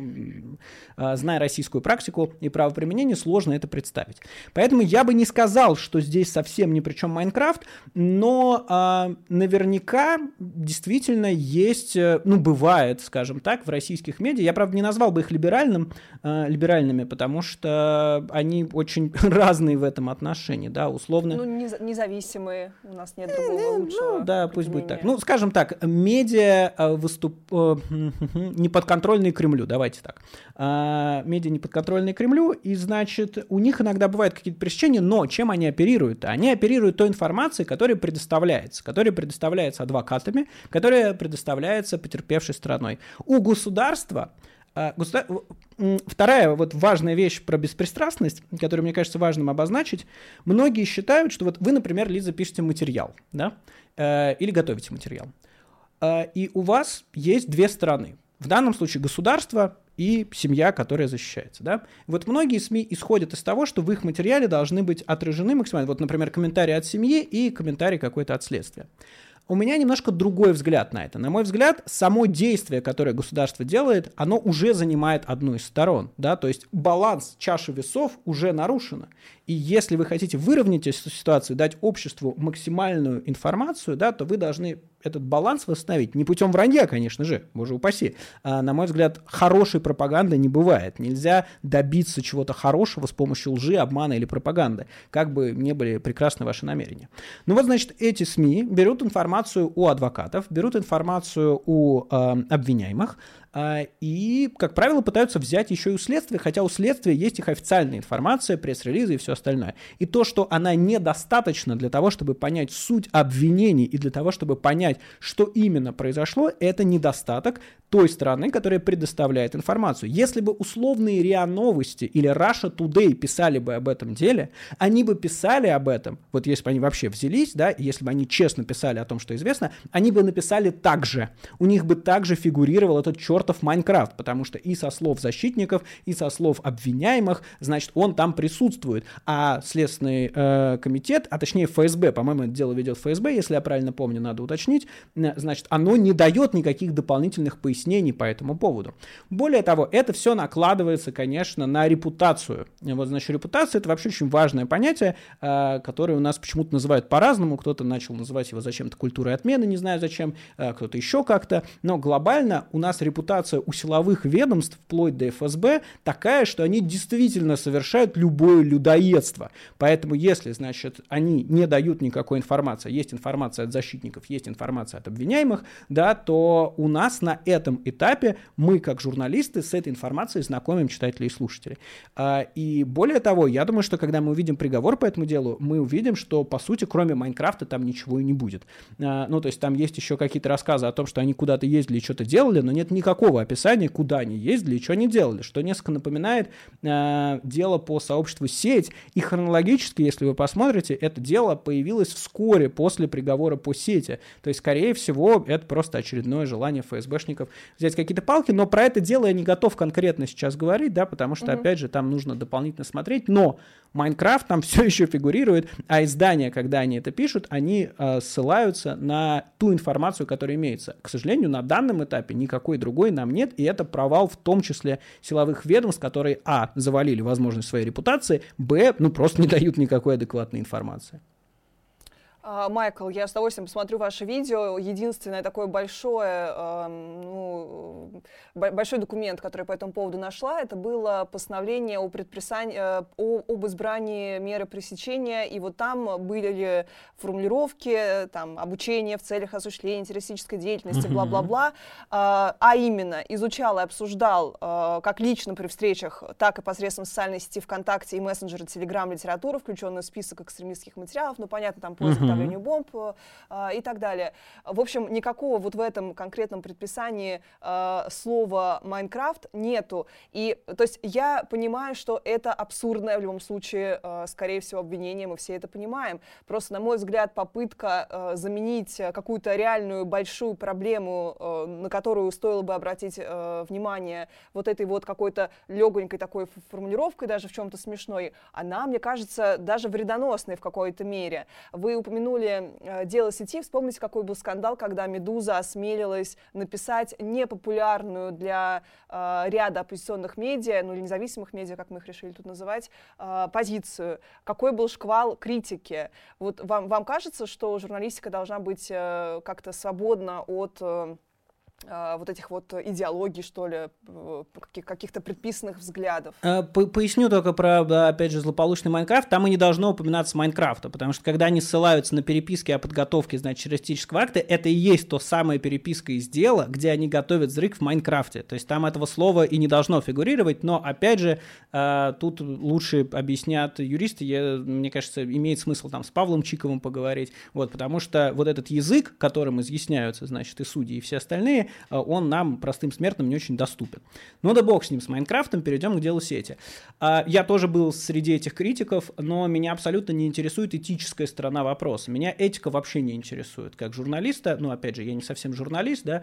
э, зная российскую практику и правоприменение, сложно это представить. Поэтому я бы не сказал, что здесь совсем ни при чем Майнкрафт, но э, наверняка действительно есть, э, ну, бывает, скажем так, в российских медиа, я, правда, не назвал бы их либеральным, э, либеральными, потому что они очень разные в этом отношении, да, условно. Ну, независимые, у нас нет другого лучшего. Ну, да, пусть будет так. Ну, скажем так, медиа выступ... неподконтрольные Кремлю, давайте так. А, медиа неподконтрольные Кремлю, и, значит, у них иногда бывают какие-то пресечения, но чем они оперируют? Они оперируют той информацией, которая предоставляется, которая предоставляется адвокатами, которая предоставляется потерпевшей стороной. У государства Государ... Вторая вот важная вещь про беспристрастность, которую мне кажется важным обозначить. Многие считают, что вот вы, например, Лиза, пишете материал, да, э, или готовите материал, э, и у вас есть две стороны. В данном случае государство и семья, которая защищается. Да? Вот многие СМИ исходят из того, что в их материале должны быть отражены максимально, вот, например, комментарий от семьи и комментарий какой-то от следствия. У меня немножко другой взгляд на это. На мой взгляд, само действие, которое государство делает, оно уже занимает одну из сторон. Да? То есть баланс чаши весов уже нарушено. И если вы хотите выровнять эту ситуацию, дать обществу максимальную информацию, да, то вы должны этот баланс восстановить. Не путем вранья, конечно же, боже упаси. А, на мой взгляд, хорошей пропаганды не бывает. Нельзя добиться чего-то хорошего с помощью лжи, обмана или пропаганды, как бы ни были прекрасны ваши намерения. Ну вот, значит, эти СМИ берут информацию у адвокатов, берут информацию у э, обвиняемых, и, как правило, пытаются взять еще и у следствия, хотя у следствия есть их официальная информация, пресс-релизы и все остальное. И то, что она недостаточна для того, чтобы понять суть обвинений и для того, чтобы понять, что именно произошло, это недостаток той стороны, которая предоставляет информацию. Если бы условные РИА Новости или Russia Today писали бы об этом деле, они бы писали об этом, вот если бы они вообще взялись, да, и если бы они честно писали о том, что известно, они бы написали так же. У них бы также фигурировал этот чертов Майнкрафт, потому что и со слов защитников, и со слов обвиняемых, значит, он там присутствует. А Следственный э, комитет, а точнее эф эс бэ, по-моему, это дело ведет эф эс бэ, если я правильно помню, надо уточнить, значит, оно не дает никаких дополнительных пояснений по этому поводу. Более того, это все накладывается, конечно, на репутацию. Вот, значит, репутация — это вообще очень важное понятие, э, которое у нас почему-то называют по-разному. Кто-то начал называть его зачем-то культурой отмены, не знаю зачем, э, кто-то еще как-то. Но глобально у нас репутация репутация у силовых ведомств, вплоть до эф эс бэ, такая, что они действительно совершают любое людоедство. Поэтому если, значит, они не дают никакой информации, есть информация от защитников, есть информация от обвиняемых, да, то у нас на этом этапе мы, как журналисты, с этой информацией знакомим читателей и слушателей. И более того, я думаю, что когда мы увидим приговор по этому делу, мы увидим, что, по сути, кроме Майнкрафта там ничего и не будет. Ну, то есть там есть еще какие-то рассказы о том, что они куда-то ездили и что-то делали, но нет никакого описания, куда они ездили и что они делали, что несколько напоминает э, дело по сообществу «Сеть». И хронологически, если вы посмотрите, это дело появилось вскоре после приговора по «Сети». То есть, скорее всего, это просто очередное желание эф эс бэшников взять какие-то палки, но про это дело я не готов конкретно сейчас говорить, да, потому что, mm-hmm. опять же, там нужно дополнительно смотреть, но Майнкрафт там все еще фигурирует, а издания, когда они это пишут, они э, ссылаются на ту информацию, которая имеется. К сожалению, на данном этапе никакой другой нам нет, и это провал в том числе силовых ведомств, которые, а, завалили возможность своей репутации, б, ну, просто не дают никакой адекватной информации. Майкл, я с удовольствием посмотрю ваше видео. Единственное такое большое, э, ну, большой документ, который по этому поводу нашла, это было постановление о предписании, э, о, об избрании меры пресечения, и вот там были формулировки, там, обучение в целях осуществления террористической деятельности, бла-бла-бла, э, а именно изучал и обсуждал э, как лично при встречах, так и посредством социальной сети ВКонтакте и мессенджера Телеграм литературу, включенную в список экстремистских материалов, ну, понятно, там по изготовлению бомб э, и так далее. В общем, никакого вот в этом конкретном предписании э, слова «Майнкрафт» нету. И, то есть, я понимаю, что это абсурдное в любом случае, э, скорее всего, обвинение, мы все это понимаем. Просто, на мой взгляд, попытка э, заменить какую-то реальную большую проблему, э, на которую стоило бы обратить э, внимание, вот этой вот какой-то легонькой такой формулировкой, даже в чем-то смешной, она, мне кажется, даже вредоносной в какой-то мере. Вы упомянули э, дело сети, вспомните, какой был скандал, когда «Медуза» осмелилась написать непопулярную для э, ряда оппозиционных медиа, ну или независимых медиа, как мы их решили тут называть, э, позицию. Какой был шквал критики. Вот вам, вам кажется, что журналистика должна быть э, как-то свободна от... Э, вот этих вот идеологий, что ли, каких-то предписанных взглядов. Поясню только про, опять же, злополучный Майнкрафт. Там и не должно упоминаться Майнкрафта, потому что когда они ссылаются на переписки о подготовке, значит, террористического акта, это и есть то самое переписка из дела, где они готовят взрыв в Майнкрафте. То есть там этого слова и не должно фигурировать, но, опять же, тут лучше объяснят юристы. Я, мне кажется, имеет смысл там с Павлом Чиковым поговорить, вот, потому что вот этот язык, которым изъясняются, значит, и судьи, и все остальные, он нам, простым смертным, не очень доступен. Ну да бог с ним, с Майнкрафтом, перейдем к делу сети. Я тоже был среди этих критиков, но меня абсолютно не интересует этическая сторона вопроса. Меня этика вообще не интересует. Как журналиста, ну опять же, я не совсем журналист, да,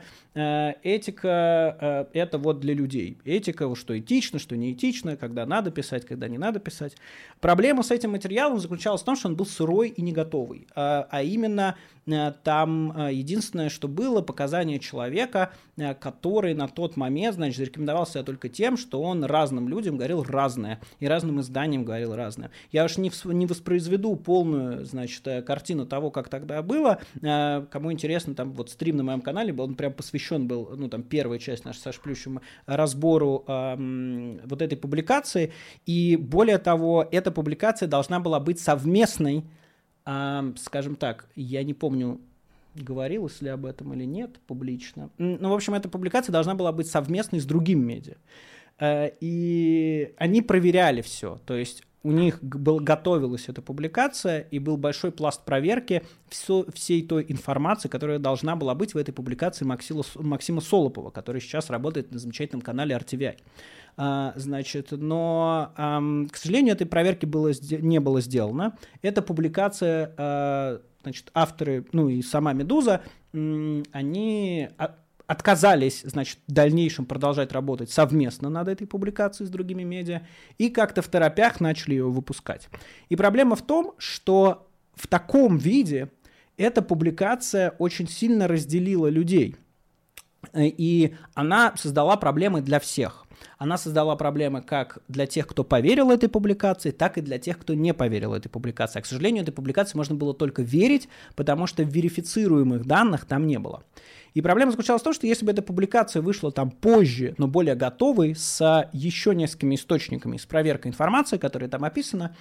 этика — это вот для людей. Этика, что этично, что не этично, когда надо писать, когда не надо писать. Проблема с этим материалом заключалась в том, что он был сырой и не готовый. А именно там единственное, что было, показание человека, который на тот момент, значит, зарекомендовал себя только тем, что он разным людям говорил разное, и разным изданиям говорил разное. Я уж не, не воспроизведу полную, значит, картину того, как тогда было. Кому интересно, там вот стрим на моем канале был, он прям посвящен был, ну, там, первая часть наша Саша Плющем, разбору э, вот этой публикации, и более того, эта публикация должна была быть совместной, э, скажем так, я не помню, говорилось ли об этом или нет публично. Ну, в общем, эта публикация должна была быть совместной с другим медиа. И они проверяли все. То есть у них был, готовилась эта публикация, и был большой пласт проверки все, всей той информации, которая должна была быть в этой публикации Максима, Максима Солопова, который сейчас работает на замечательном канале ар ти ви ай. А, значит, но, а, к сожалению, этой проверки было, не было сделано. Эта публикация... А, значит, авторы, ну и сама «Медуза», они отказались, значит, в дальнейшем продолжать работать совместно над этой публикацией с другими медиа и как-то в торопях начали ее выпускать. И проблема в том, что в таком виде эта публикация очень сильно разделила людей. И она создала проблемы для всех. Она создала проблемы как для тех, кто поверил этой публикации, так и для тех, кто не поверил этой публикации. А, к сожалению, этой публикации можно было только верить, потому что верифицируемых данных там не было. И проблема заключалась в том, что если бы эта публикация вышла там позже, но более готовой, с еще несколькими источниками, с проверкой информации, которая там описана,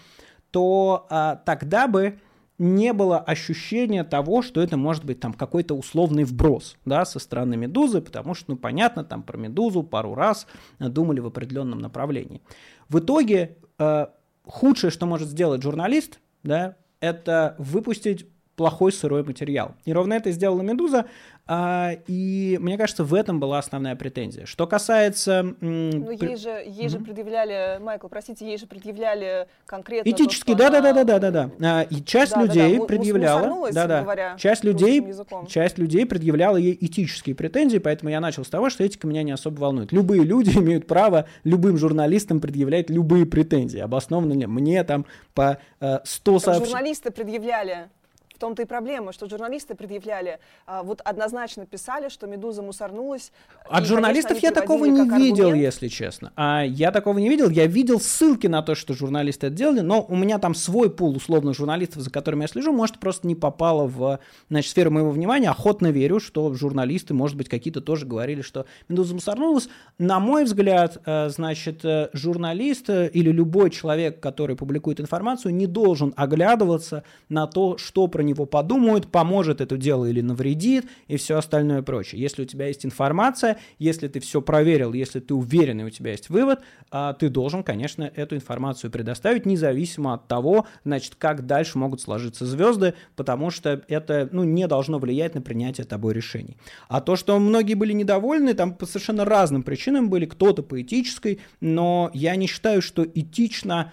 то а, тогда бы не было ощущения того, что это может быть там какой-то условный вброс, да, со стороны «Медузы», потому что, ну, понятно, там про «Медузу» пару раз думали в определенном направлении. В итоге э, худшее, что может сделать журналист, да, это выпустить плохой сырой материал. И ровно это сделала «Медуза», а, и мне кажется, в этом была основная претензия. Что касается... Ну, ей же, ей mm-hmm. же предъявляли, Майкл, простите, ей же предъявляли конкретно... Этические, да-да-да-да-да-да. И часть да, людей да, да. предъявляла... Да-да. Часть людей, часть людей предъявляла ей этические претензии, поэтому я начал с того, что этика меня не особо волнует. Любые люди имеют право любым журналистам предъявлять любые претензии. Обоснованно ли? Мне там по э, сто сообщений... Журналисты предъявляли... В том-то и проблема, что журналисты предъявляли, а, вот однозначно писали, что «Медуза» мусорнулась. От и, журналистов конечно, я такого не видел, аргумент. Если честно. А я такого не видел. Я видел ссылки на то, что журналисты это делали, но у меня там свой пул условных журналистов, за которыми я слежу, может, просто не попало в, значит, сферу моего внимания. Охотно верю, что журналисты, может быть, какие-то тоже говорили, что «Медуза» мусорнулась. На мой взгляд, значит, журналист или любой человек, который публикует информацию, не должен оглядываться на то, что про него подумают, поможет это дело или навредит, и все остальное прочее. Если у тебя есть информация, если ты все проверил, если ты уверен, и у тебя есть вывод, ты должен, конечно, эту информацию предоставить, независимо от того, значит, как дальше могут сложиться звезды, потому что это, ну, не должно влиять на принятие тобой решений. А то, что многие были недовольны, там по совершенно разным причинам были, кто-то по этической, но я не считаю, что этично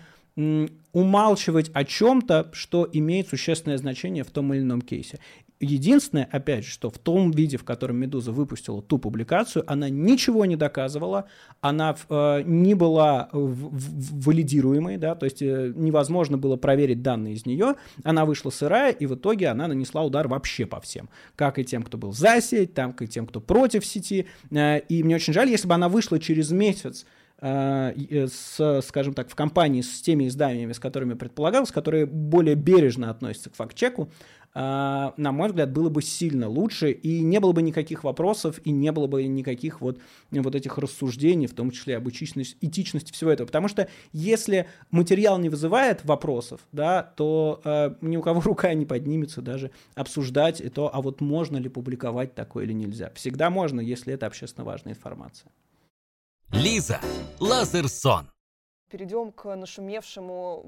умалчивать о чем-то, что имеет существенное значение в том или ином кейсе. Единственное, опять же, что в том виде, в котором «Медуза» выпустила ту публикацию, она ничего не доказывала, она э, не была в, в, валидируемой, да, то есть э, невозможно было проверить данные из нее, она вышла сырая, и в итоге она нанесла удар вообще по всем, как и тем, кто был за сеть, так и тем, кто против сети, э, и мне очень жаль, если бы она вышла через месяц, с, скажем так, в компании с теми изданиями, с которыми предполагалось, которые более бережно относятся к факт-чеку, на мой взгляд, было бы сильно лучше, и не было бы никаких вопросов, и не было бы никаких вот, вот этих рассуждений, в том числе об этичности, этичности всего этого. Потому что если материал не вызывает вопросов, да, то э, ни у кого рука не поднимется даже обсуждать то, а вот можно ли публиковать такое или нельзя. Всегда можно, если это общественно важная информация. Лиза Лазерсон. Перейдем к нашумевшему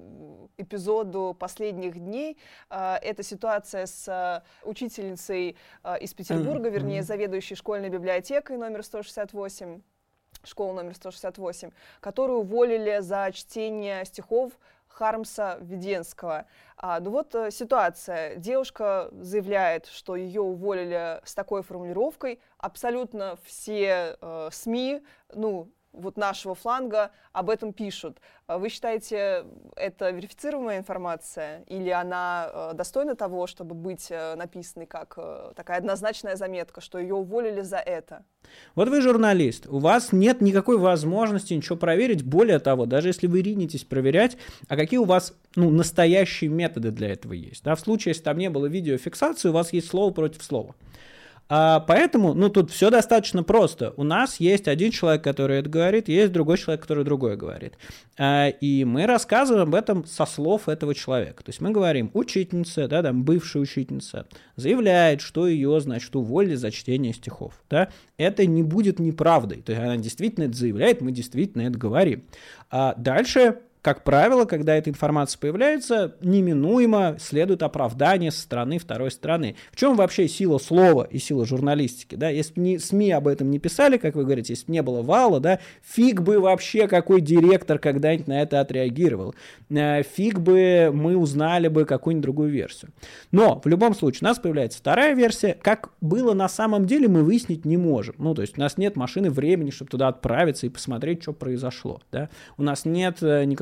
эпизоду последних дней. Это ситуация с учительницей из Петербурга, вернее, заведующей школьной библиотекой номер сто шестьдесят восемь, школа номер сто шестьдесят восемь, которую уволили за чтение стихов Хармса Введенского. А, ну вот э, ситуация. Девушка заявляет, что ее уволили с такой формулировкой. Абсолютно все э, СМИ, ну, вот нашего фланга об этом пишут. Вы считаете, это верифицируемая информация? Или она э, достойна того, чтобы быть э, написанной как э, такая однозначная заметка, что ее уволили за это? Вот вы журналист, у вас нет никакой возможности ничего проверить. Более того, даже если вы ринетесь проверять, а какие у вас, ну, настоящие методы для этого есть? Да? В случае, если там не было видеофиксации, у вас есть слово против слова. А, поэтому, ну, тут все достаточно просто. У нас есть один человек, который это говорит, есть другой человек, который другое говорит. А, и мы рассказываем об этом со слов этого человека. То есть мы говорим, учительница, да, там, бывшая учительница, заявляет, что ее, значит, уволили за чтение стихов. Да? Это не будет неправдой. То есть она действительно это заявляет, мы действительно это говорим. А дальше... Как правило, когда эта информация появляется, неминуемо следует оправдание со стороны второй стороны. В чем вообще сила слова и сила журналистики? Да? Если бы СМИ об этом не писали, как вы говорите, если бы не было вала, да, фиг бы вообще какой директор когда-нибудь на это отреагировал. Фиг бы мы узнали бы какую-нибудь другую версию. Но в любом случае у нас появляется вторая версия. Как было на самом деле, мы выяснить не можем. Ну, то есть у нас нет машины времени, чтобы туда отправиться и посмотреть, что произошло. Да? У нас нет никакого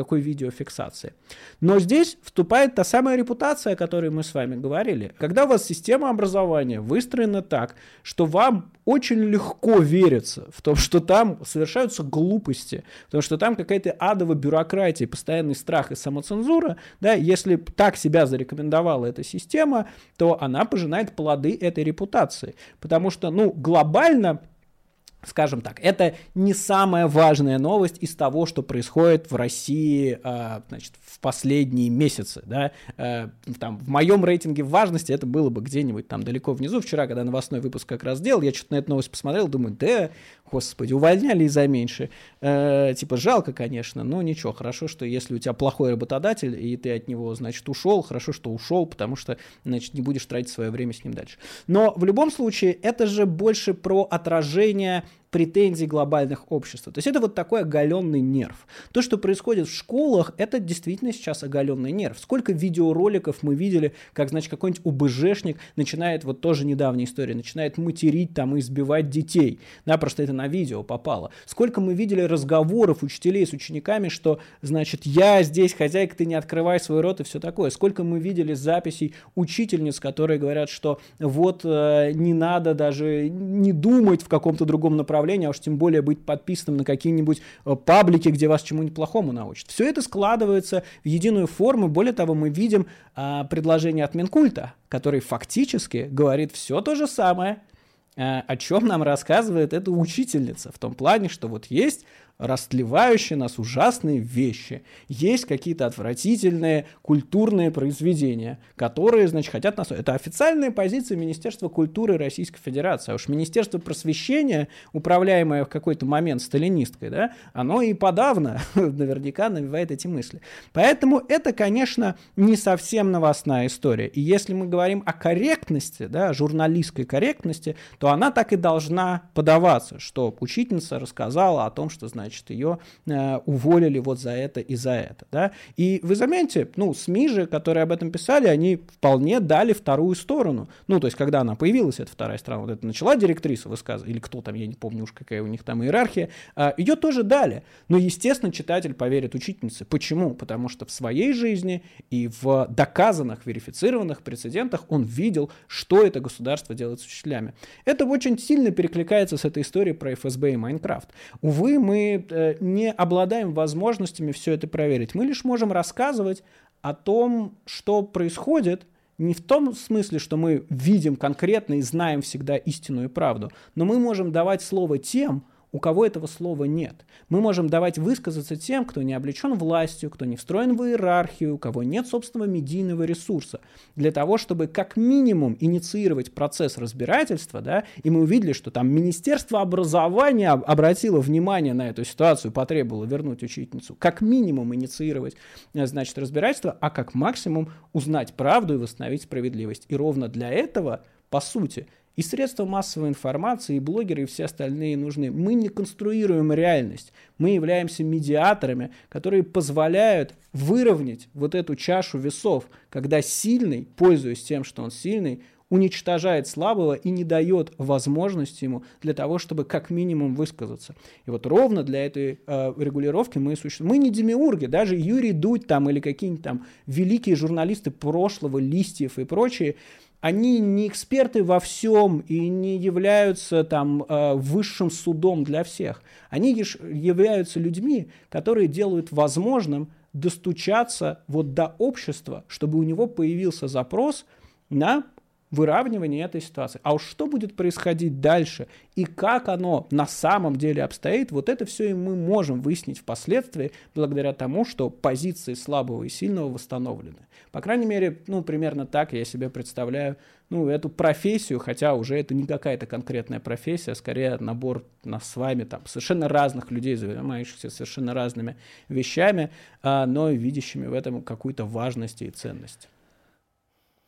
никакой видеофиксации. Но здесь вступает та самая репутация, о которой мы с вами говорили. Когда у вас система образования выстроена так, что вам очень легко верится в том, что там совершаются глупости, потому что там какая-то адовая бюрократия, постоянный страх и самоцензура, да, если так себя зарекомендовала эта система, то она пожинает плоды этой репутации. Потому что, ну, глобально, скажем так, это не самая важная новость из того, что происходит в России, э, значит, в последние месяцы. Да? Э, там, в моем рейтинге важности это было бы где-нибудь там далеко внизу. Вчера, когда новостной выпуск как раз делал, я что-то на эту новость посмотрел, думаю, да, господи, увольняли и за меньше. Э, типа, жалко, конечно, но ничего, хорошо, что если у тебя плохой работодатель, и ты от него, значит, ушел, хорошо, что ушел, потому что, значит, не будешь тратить свое время с ним дальше. Но в любом случае, это же больше про отражение претензий глобальных обществ. То есть это вот такой оголенный нерв. То, что происходит в школах, это действительно сейчас оголенный нерв. Сколько видеороликов мы видели, как, значит, какой-нибудь УБЖшник начинает, вот тоже недавняя история, начинает материть там и избивать детей. Да, просто это на видео попало. Сколько мы видели разговоров учителей с учениками, что, значит, я здесь хозяйка, ты не открывай свой рот и все такое. Сколько мы видели записей учительниц, которые говорят, что вот э, не надо даже не думать в каком-то другом направлении, а уж тем более быть подписанным на какие-нибудь паблики, где вас чему-нибудь плохому научат. Все это складывается в единую форму. Более того, мы видим а, предложение от Минкульта, который фактически говорит все то же самое, а, о чем нам рассказывает эта учительница. В том плане, что вот есть растлевающие нас ужасные вещи. Есть какие-то отвратительные культурные произведения, которые, значит, хотят нас... Это официальная позиция Министерства культуры Российской Федерации. А уж Министерство просвещения, управляемое в какой-то момент сталинисткой, да, оно и подавно наверняка навевает эти мысли. Поэтому это, конечно, не совсем новостная история. И если мы говорим о корректности, да, журналистской корректности, то она так и должна подаваться, что учительница рассказала о том, что, значит, Значит, ее э, уволили вот за это и за это. Да? И вы заметите, ну, СМИ же, которые об этом писали, они вполне дали вторую сторону. Ну, то есть, когда она появилась, эта вторая сторона, вот это начала директриса высказывать, или кто там, я не помню уж, какая у них там иерархия, э, ее тоже дали. Но, естественно, читатель поверит учительнице. Почему? Потому что в своей жизни и в доказанных, верифицированных прецедентах он видел, что это государство делает с учителями. Это очень сильно перекликается с этой историей про эф эс бэ и Майнкрафт. Увы, мы не обладаем возможностями все это проверить. Мы лишь можем рассказывать о том, что происходит, не в том смысле, что мы видим конкретно и знаем всегда истинную правду, но мы можем давать слово тем, у кого этого слова нет. Мы можем давать высказаться тем, кто не облечен властью, кто не встроен в иерархию, у кого нет собственного медийного ресурса, для того, чтобы как минимум инициировать процесс разбирательства, да, и мы увидели, что там Министерство образования обратило внимание на эту ситуацию, потребовало вернуть учительницу, как минимум инициировать, значит, разбирательство, а как максимум узнать правду и восстановить справедливость. И ровно для этого, по сути, и средства массовой информации, и блогеры, и все остальные нужны. Мы не конструируем реальность. Мы являемся медиаторами, которые позволяют выровнять вот эту чашу весов, когда сильный, пользуясь тем, что он сильный, уничтожает слабого и не дает возможности ему для того, чтобы как минимум высказаться. И вот ровно для этой э, регулировки мы существуем. Мы не демиурги, даже Юрий Дудь там, или какие-нибудь там великие журналисты прошлого, Листьев и прочие, они не эксперты во всем и не являются там высшим судом для всех. Они являются людьми, которые делают возможным достучаться вот до общества, чтобы у него появился запрос на выравнивание этой ситуации. А уж что будет происходить дальше и как оно на самом деле обстоит, вот это все и мы можем выяснить впоследствии благодаря тому, что позиции слабого и сильного восстановлены. По крайней мере, ну, примерно так я себе представляю, ну, эту профессию, хотя уже это не какая-то конкретная профессия, а скорее набор нас с вами, там, совершенно разных людей, занимающихся совершенно разными вещами, но видящими в этом какую-то важность и ценность.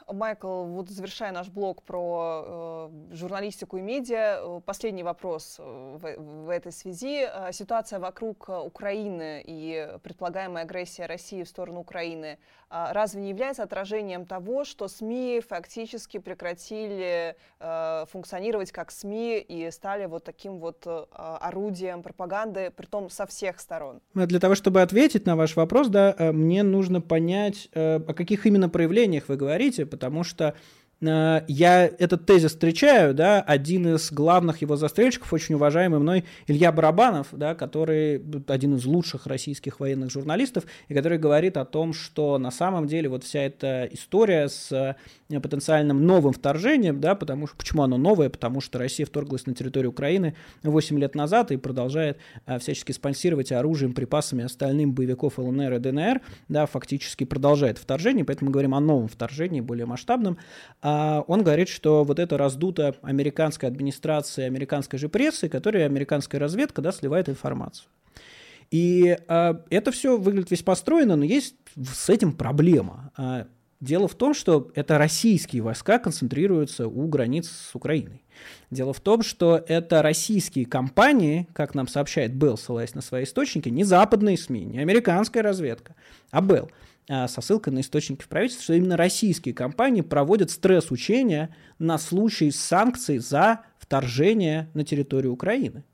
Майкл, вот завершая наш блог про э, журналистику и медиа, э, последний вопрос в, в этой связи. Э, ситуация вокруг Украины и предполагаемая агрессия России в сторону Украины э, разве не является отражением того, что СМИ фактически прекратили э, функционировать как СМИ и стали вот таким вот э, орудием пропаганды, притом со всех сторон? Для того, чтобы ответить на ваш вопрос, да, мне нужно понять, о каких именно проявлениях вы говорите, потому что э, я этот тезис встречаю, да, один из главных его застрельщиков, очень уважаемый мной Илья Барабанов, да, который один из лучших российских военных журналистов, и который говорит о том, что на самом деле вот вся эта история с потенциальным новым вторжением, да, потому что, почему оно новое? Потому что Россия вторглась на территорию Украины восемь лет назад и продолжает а, всячески спонсировать оружием, припасами и остальным боевиков ЛНР и ДНР, да, фактически продолжает вторжение, поэтому мы говорим о новом вторжении, более масштабном. А, он говорит, что вот это раздуто американской администрацией, американской же прессой, которая американская разведка, да, сливает информацию. И а, это все выглядит весьма стройно, но есть с этим проблема. А, Дело в том, что это российские войска концентрируются у границ с Украиной. Дело в том, что это российские компании, как нам сообщает Белл, ссылаясь на свои источники, не западные СМИ, не американская разведка, а Белл, со ссылкой на источники в правительстве, что именно российские компании проводят стресс-учения на случай санкций за вторжение на территорию Украины.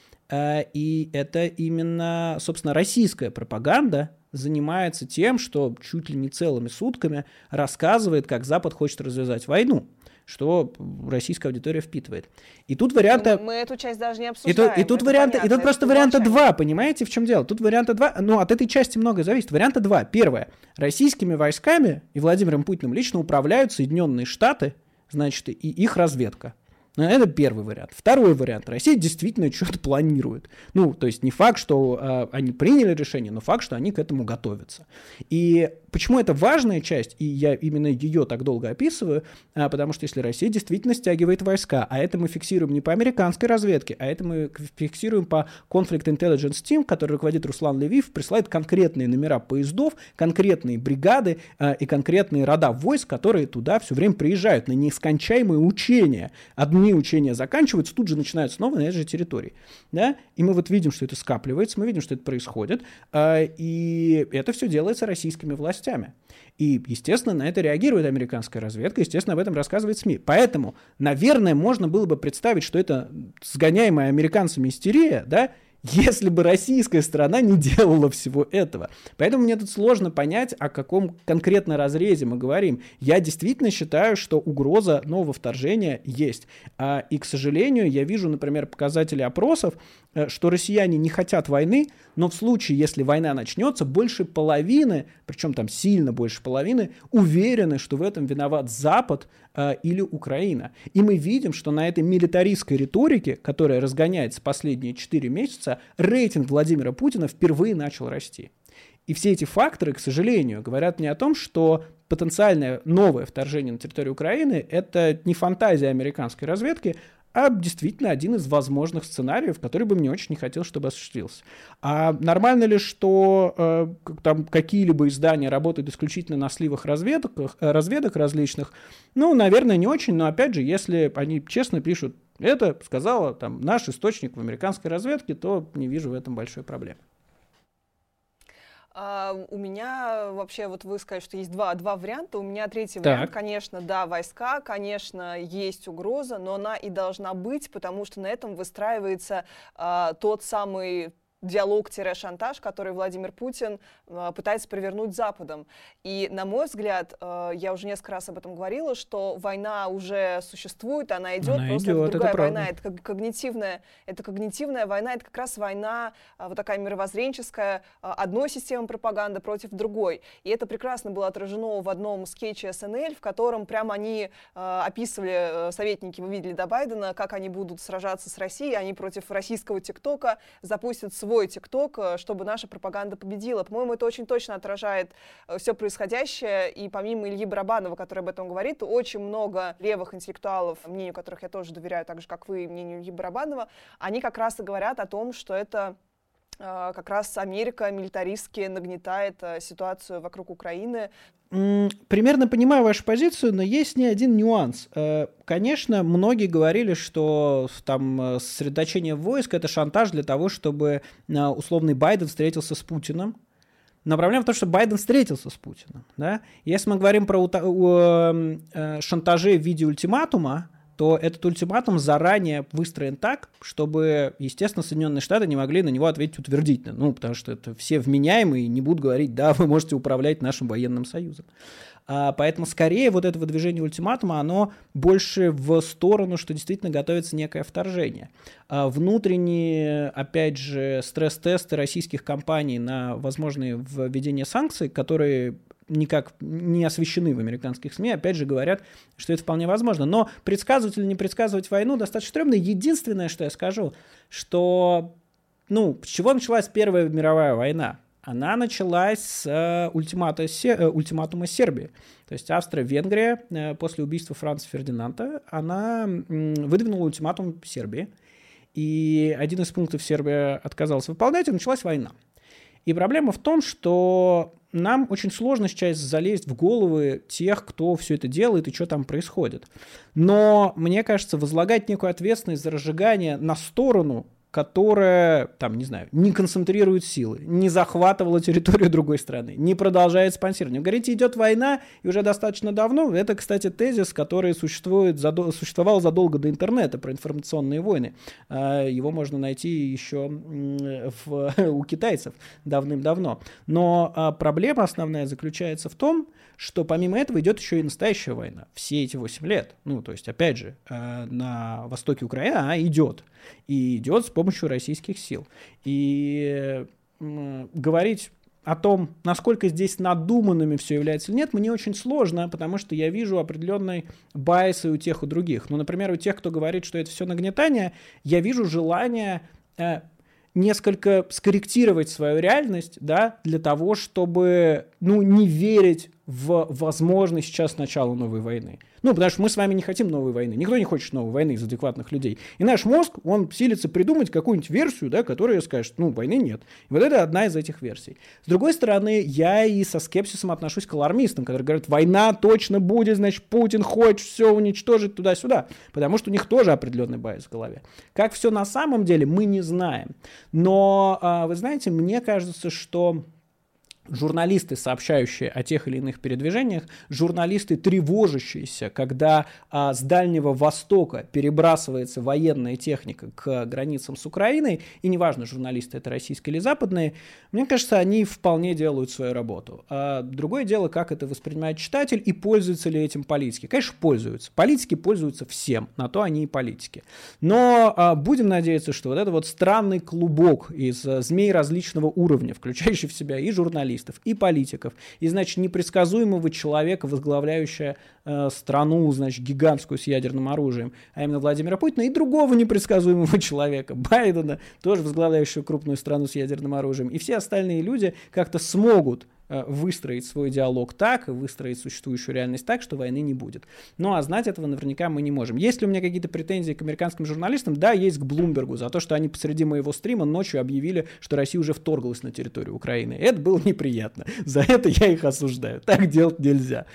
И это именно, собственно, российская пропаганда занимается тем, что чуть ли не целыми сутками рассказывает, как Запад хочет развязать войну, что российская аудитория впитывает. И тут варианта... Мы, мы эту часть даже не обсуждаем. И тут, и тут, варианта, и тут просто варианта два, понимаете, в чем дело? Тут варианта два, ну, от этой части многое зависит. Варианта два. Первое. Российскими войсками и Владимиром Путиным лично управляют Соединенные Штаты, значит, и их разведка. Это первый вариант. Второй вариант. Россия действительно что-то планирует. Ну, то есть не факт, что э, они приняли решение, но факт, что они к этому готовятся. И почему это важная часть, и я именно ее так долго описываю, э, потому что если Россия действительно стягивает войска, а это мы фиксируем не по американской разведке, а это мы фиксируем по Conflict Intelligence Team, который руководит Руслан Левиев, присылает конкретные номера поездов, конкретные бригады э, и конкретные рода войск, которые туда все время приезжают на нескончаемые учения. Одни учения заканчиваются, тут же начинаются снова на этой же территории. Да? И мы вот видим, что это скапливается, мы видим, что это происходит, э, и это все делается российскими властями. И, естественно, на это реагирует американская разведка, естественно, об этом рассказывает СМИ. Поэтому, наверное, можно было бы представить, что это сгоняемая американцами истерия, да, если бы российская сторона не делала всего этого. Поэтому мне тут сложно понять, о каком конкретно разрезе мы говорим. Я действительно считаю, что угроза нового вторжения есть. И, к сожалению, я вижу, например, показатели опросов, что россияне не хотят войны, но в случае, если война начнется, больше половины, причем там сильно больше половины, уверены, что в этом виноват Запад э, или Украина. И мы видим, что на этой милитаристской риторике, которая разгоняется последние четыре месяца, рейтинг Владимира Путина впервые начал расти. И все эти факторы, к сожалению, говорят мне о том, что потенциальное новое вторжение на территорию Украины – это не фантазия американской разведки, а действительно один из возможных сценариев, который бы мне очень не хотел, чтобы осуществился. А нормально ли, что э, там какие-либо издания работают исключительно на сливах разведок, разведок различных? Ну, наверное, не очень, но опять же, если они честно пишут, это сказала там наш источник в американской разведке, то не вижу в этом большой проблемы. Uh, у меня вообще, вот вы сказали, что есть два, два варианта. У меня третий так. вариант, конечно, да, войска, конечно, есть угроза, но она и должна быть, потому что на этом выстраивается uh, тот самый диалог-шантаж, который Владимир Путин э, пытается провернуть с Западом. И, на мой взгляд, э, я уже несколько раз об этом говорила, что война уже существует, она идет, она просто идет, это другая это война. Это когнитивная, это когнитивная война, это как раз война э, вот такая мировоззренческая, э, одной системы пропаганды против другой. И это прекрасно было отражено в одном скетче эс эн эль, в котором прямо они э, описывали, э, советники, вы видели, до Байдена, как они будут сражаться с Россией, они против российского ТикТока запустят свой ТикТок, чтобы наша пропаганда победила. По-моему, это очень точно отражает все происходящее. И помимо Ильи Барабанова, который об этом говорит, очень много левых интеллектуалов, мнению которых я тоже доверяю, так же, как вы, мнению Ильи Барабанова, они как раз и говорят о том, что это как раз Америка милитаристски нагнетает ситуацию вокруг Украины. Примерно понимаю вашу позицию, но есть не один нюанс. Конечно, многие говорили, что там сосредоточение войск — это шантаж для того, чтобы условный Байден встретился с Путиным. Но проблема в том, что Байден встретился с Путиным. Да? Если мы говорим про шантажи в виде ультиматума, то этот ультиматум заранее выстроен так, чтобы, естественно, Соединенные Штаты не могли на него ответить утвердительно. Ну, потому что это все вменяемые и не будут говорить: да, вы можете управлять нашим военным союзом. А, поэтому скорее вот это выдвижение ультиматума, оно больше в сторону, что действительно готовится некое вторжение. А внутренние, опять же, стресс-тесты российских компаний на возможные введение санкций, которые никак не освещены в американских СМИ, опять же говорят, что это вполне возможно. Но предсказывать или не предсказывать войну достаточно стрёмно. Единственное, что я скажу, что, ну, с чего началась Первая мировая война? Она началась с э, ультимата, се, ультиматума Сербии. То есть Австро-Венгрия э, после убийства Франца Фердинанда, она э, выдвинула ультиматум Сербии. И один из пунктов Сербия отказалась выполнять, и началась война. И проблема в том, что нам очень сложно сейчас залезть в головы тех, кто все это делает и что там происходит. Но, мне кажется, возлагать некую ответственность за разжигание на сторону, которая, там, не знаю, не концентрирует силы, не захватывала территорию другой страны, не продолжает спонсирование. Вы говорите, идет война, и уже достаточно давно. Это, кстати, тезис, который существует, существовал задолго до интернета, про информационные войны. Его можно найти еще в, у китайцев давным-давно. Но проблема основная заключается в том, что помимо этого идет еще и настоящая война. Все эти восемь лет. Ну, то есть, опять же, на востоке Украины она идет. И идет с помощью российских сил. И м, говорить о том, насколько здесь надуманными все является или нет, мне очень сложно, потому что я вижу определенные байсы у тех и других. Ну, например, у тех, кто говорит, что это все нагнетание, я вижу желание э, несколько скорректировать свою реальность, да, для того, чтобы, ну, не верить в возможность сейчас начала новой войны. Ну, потому что мы с вами не хотим новой войны. Никто не хочет новой войны из адекватных людей. И наш мозг, он силится придумать какую-нибудь версию, да, которая скажет, ну, войны нет. И вот это одна из этих версий. С другой стороны, я и со скепсисом отношусь к алармистам, которые говорят, война точно будет, значит, Путин хочет все уничтожить туда-сюда. Потому что у них тоже определенный байс в голове. Как все на самом деле, мы не знаем. Но, вы знаете, мне кажется, что журналисты, сообщающие о тех или иных передвижениях, журналисты, тревожащиеся, когда а, с Дальнего Востока перебрасывается военная техника к границам с Украиной, и неважно, журналисты это российские или западные, мне кажется, они вполне делают свою работу. А другое дело, как это воспринимает читатель и пользуются ли этим политики. Конечно, пользуются. Политики пользуются всем, на то они и политики. Но а, будем надеяться, что вот это вот странный клубок из а, змей различного уровня, включающий в себя и журналистов, и политиков, и, значит, непредсказуемого человека, возглавляющего э, страну, значит, гигантскую с ядерным оружием, а именно Владимира Путина, и другого непредсказуемого человека, Байдена, тоже возглавляющего крупную страну с ядерным оружием, и все остальные люди как-то смогут э, выстроить свой диалог так, выстроить существующую реальность так, что войны не будет. Ну, а знать этого наверняка мы не можем. Есть ли у меня какие-то претензии к американским журналистам? Да, есть к Блумбергу за то, что они посреди моего стрима ночью объявили, что Россия уже вторглась на территорию Украины. Это было неприятно. За это я их осуждаю. Так делать нельзя.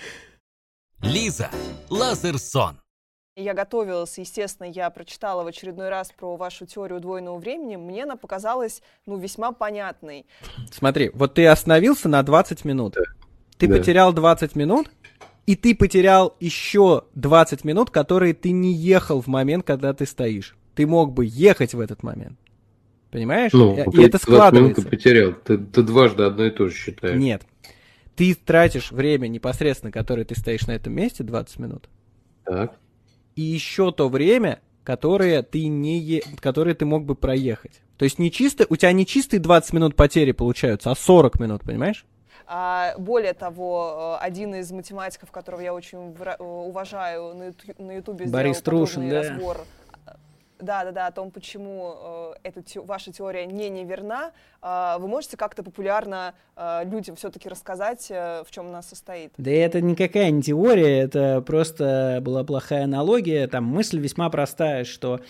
Лиза Лазерсон. Я готовилась, естественно, я прочитала в очередной раз про вашу теорию двойного времени. Мне она показалась, ну, весьма понятной. Смотри, вот ты остановился на двадцать минут. Да. Ты да. потерял двадцать минут, и ты потерял еще двадцать минут, которые ты не ехал в момент, когда ты стоишь. Ты мог бы ехать в этот момент. Понимаешь? Ну, и, и это складывается. Минут потерял. Ты, ты дважды одно и то же считаешь. Нет. Ты тратишь время непосредственно, которое ты стоишь на этом месте, двадцать минут. Так. И еще то время, которое ты, не е... которое ты мог бы проехать. То есть не чисто... у тебя не чистые двадцать минут потери получаются, а сорок минут, понимаешь? А, более того, один из математиков, которого я очень уважаю, на Ютубе сделал подробный да. разбор. Да, да, да, о том, почему э, эта те, ваша теория не неверна. Вы можете как-то популярно людям все-таки рассказать, в чем она состоит? Да это никакая не теория, это просто была плохая аналогия. Там мысль весьма простая, что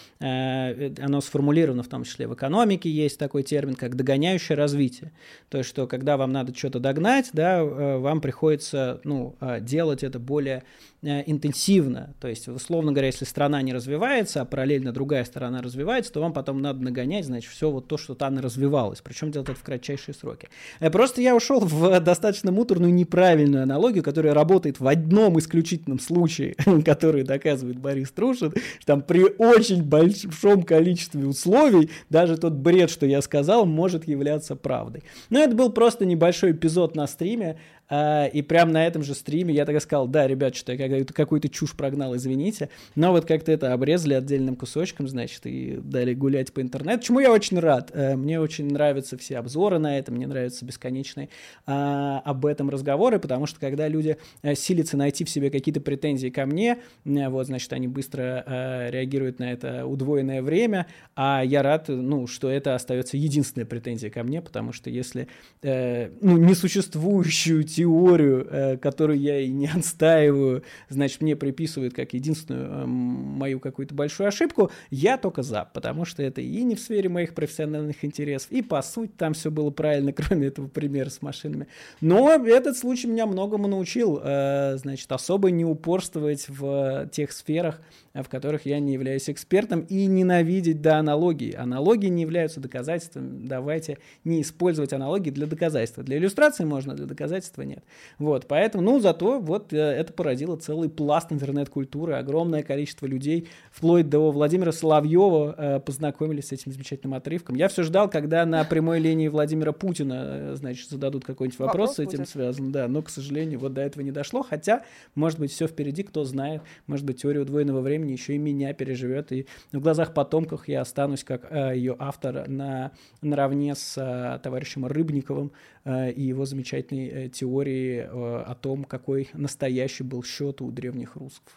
э, оно сформулировано в том числе в экономике, есть такой термин, как догоняющее развитие. То есть, что когда вам надо что-то догнать, да, вам приходится ну, делать это более интенсивно. То есть, условно говоря, если страна не развивается, а параллельно другая сторона развивается, то вам потом надо нагонять, значит, все вот то, что там развивалось. Причем делать это в кратчайшие сроки. Просто я ушел в достаточно муторную неправильную аналогию, которая работает в одном исключительном случае, который доказывает Борис Трушин, что там при очень большом количестве условий даже тот бред, что я сказал, может являться правдой. Но это был просто небольшой эпизод на стриме, Uh, и прямо на этом же стриме я так сказал, да, ребят, что я какую-то чушь прогнал, извините, но вот как-то это обрезали отдельным кусочком, значит, и дали гулять по интернету, чему я очень рад. Uh, мне очень нравятся все обзоры на это, мне нравятся бесконечные uh, об этом разговоры, потому что когда люди uh, силятся найти в себе какие-то претензии ко мне, uh, вот, значит, они быстро uh, реагируют на это удвоенное время, а я рад, ну, что это остается единственная претензия ко мне, потому что если uh, ну, несуществующую теорию, э, которую я и не отстаиваю, значит, мне приписывают как единственную э, мою какую-то большую ошибку, я только за, потому что это и не в сфере моих профессиональных интересов, и по сути там все было правильно, кроме этого примера с машинами. Но этот случай меня многому научил, э, значит, особо не упорствовать в тех сферах, в которых я не являюсь экспертом, и ненавидеть до аналогии. Аналогии не являются доказательством, давайте не использовать аналогии для доказательства. Для иллюстрации можно, для доказательства нет. Вот, поэтому, ну, зато вот это породило целый пласт интернет-культуры, огромное количество людей, вплоть до Владимира Соловьева, э, познакомились с этим замечательным отрывком. Я все ждал, когда на прямой линии Владимира Путина, э, значит, зададут какой-нибудь вопрос, вопрос с этим будет связан, да, но, к сожалению, вот до этого не дошло, хотя, может быть, все впереди, кто знает, может быть, теория удвоенного времени еще и меня переживет, и в глазах потомков я останусь как э, ее автор на, наравне с э, товарищем Рыбниковым э, и его замечательной э, теории э, о том, какой настоящий был счет у древних русских.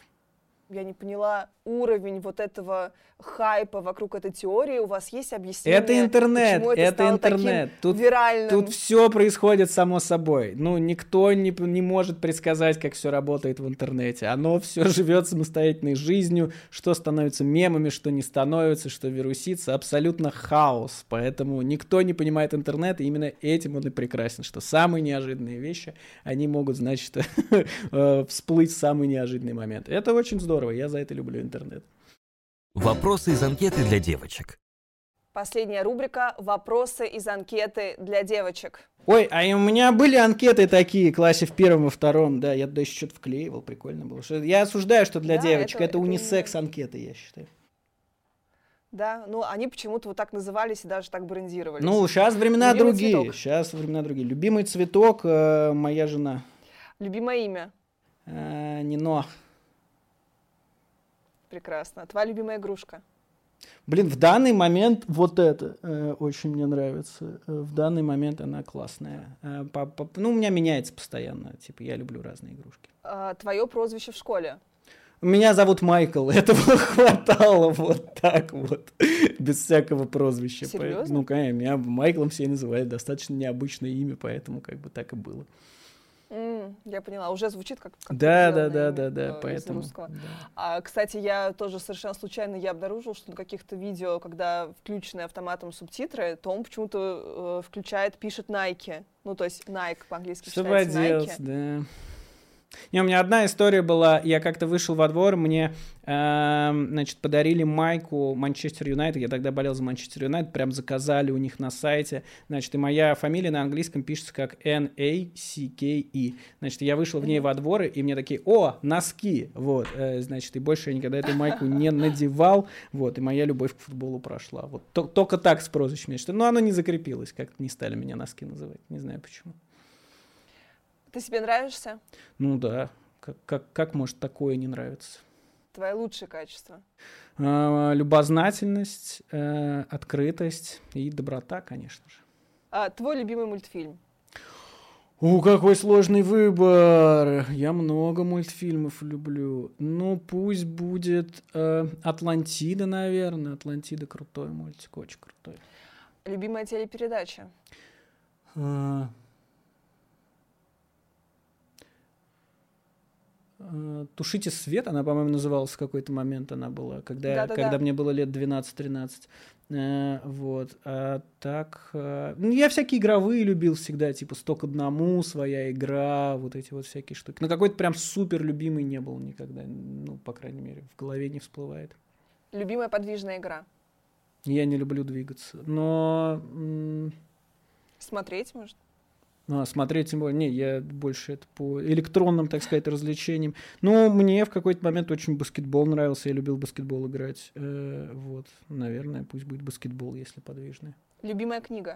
Я не поняла уровень вот этого хайпа вокруг этой теории. У вас есть объяснение? Это интернет, почему это, это стало интернет. Таким тут, виральным? Тут все происходит само собой. Ну, никто не, не может предсказать, как все работает в интернете. Оно все живет самостоятельной жизнью, что становится мемами, что не становится, что вирусится. Абсолютно хаос. Поэтому никто не понимает интернет, и именно этим он и прекрасен, что самые неожиданные вещи, они могут, значит, всплыть в самый неожиданный момент. Это очень здорово. Я за это люблю интернет. Вопросы из анкеты для девочек. Последняя рубрика «Вопросы из анкеты для девочек». Ой, а у меня были анкеты такие, в классе в первом и втором, да, я туда еще что-то вклеивал, прикольно было. Я осуждаю, что для да, девочек, это, это, это унисекс-анкеты, я считаю. Да, ну они почему-то вот так назывались и даже так брендировались. Ну, сейчас времена Любимый другие, цветок. сейчас времена другие. Любимый цветок, э, моя жена. Любимое имя? Э, Нино. Прекрасно. Твоя любимая игрушка? Блин, в данный момент вот это э, очень мне нравится. Э, в данный момент она классная. Э, по, по, ну, у меня меняется постоянно. Типа, я люблю разные игрушки. А, твое прозвище в школе? Меня зовут Майкл. Этого хватало вот так вот. Без всякого прозвища. Серьезно? Ну, конечно, меня Майклом все называют. Достаточно необычное имя, поэтому как бы так и было. Mm, я поняла, уже звучит как... как да, да, да, да, да, э, поэтому... Да. А, кстати, я тоже совершенно случайно я обнаружил, что на каких-то видео, когда включены автоматом субтитры, то он почему-то э, включает, пишет Nike. Ну, то есть Nike по-английски читается Nike. Да. Не, у меня одна история была, я как-то вышел во двор, мне, э, значит, подарили майку Манчестер Юнайтед, я тогда болел за Манчестер Юнайтед, прям заказали у них на сайте, значит, и моя фамилия на английском пишется как эн эй си кей и, значит, я вышел в ней во двор, и мне такие, о, носки, вот, э, значит, и больше я никогда эту майку не надевал, вот, и моя любовь к футболу прошла, вот, только так с прозвищем, но оно не закрепилось, как-то не стали меня носки называть, не знаю почему. Ты себе нравишься? Ну да. Как, как, как может такое не нравиться? Твои лучшие качества? А, любознательность, э, открытость и доброта, конечно же. А, твой любимый мультфильм? О, какой сложный выбор. Я много мультфильмов люблю. Ну, пусть будет э, Атлантида, наверное. Атлантида крутой мультик, очень крутой. Любимая телепередача? А, а, «Тушите свет», она, по-моему, называлась в какой-то момент, она была, когда, когда мне было лет двенадцать-тринадцать. А, вот. А так... А, ну, я всякие игровые любил всегда, типа «сто к одному», «Своя игра», вот эти вот всякие штуки. Но какой-то прям супер любимый не был никогда, ну, по крайней мере, в голове не всплывает. Любимая подвижная игра? Я не люблю двигаться, но... М- Смотреть, может? А, смотреть, тем более, не, я больше это по электронным, так сказать, развлечениям. Но мне в какой-то момент очень баскетбол нравился, я любил в баскетбол играть. Э, вот, наверное, пусть будет баскетбол, если подвижный. Любимая книга?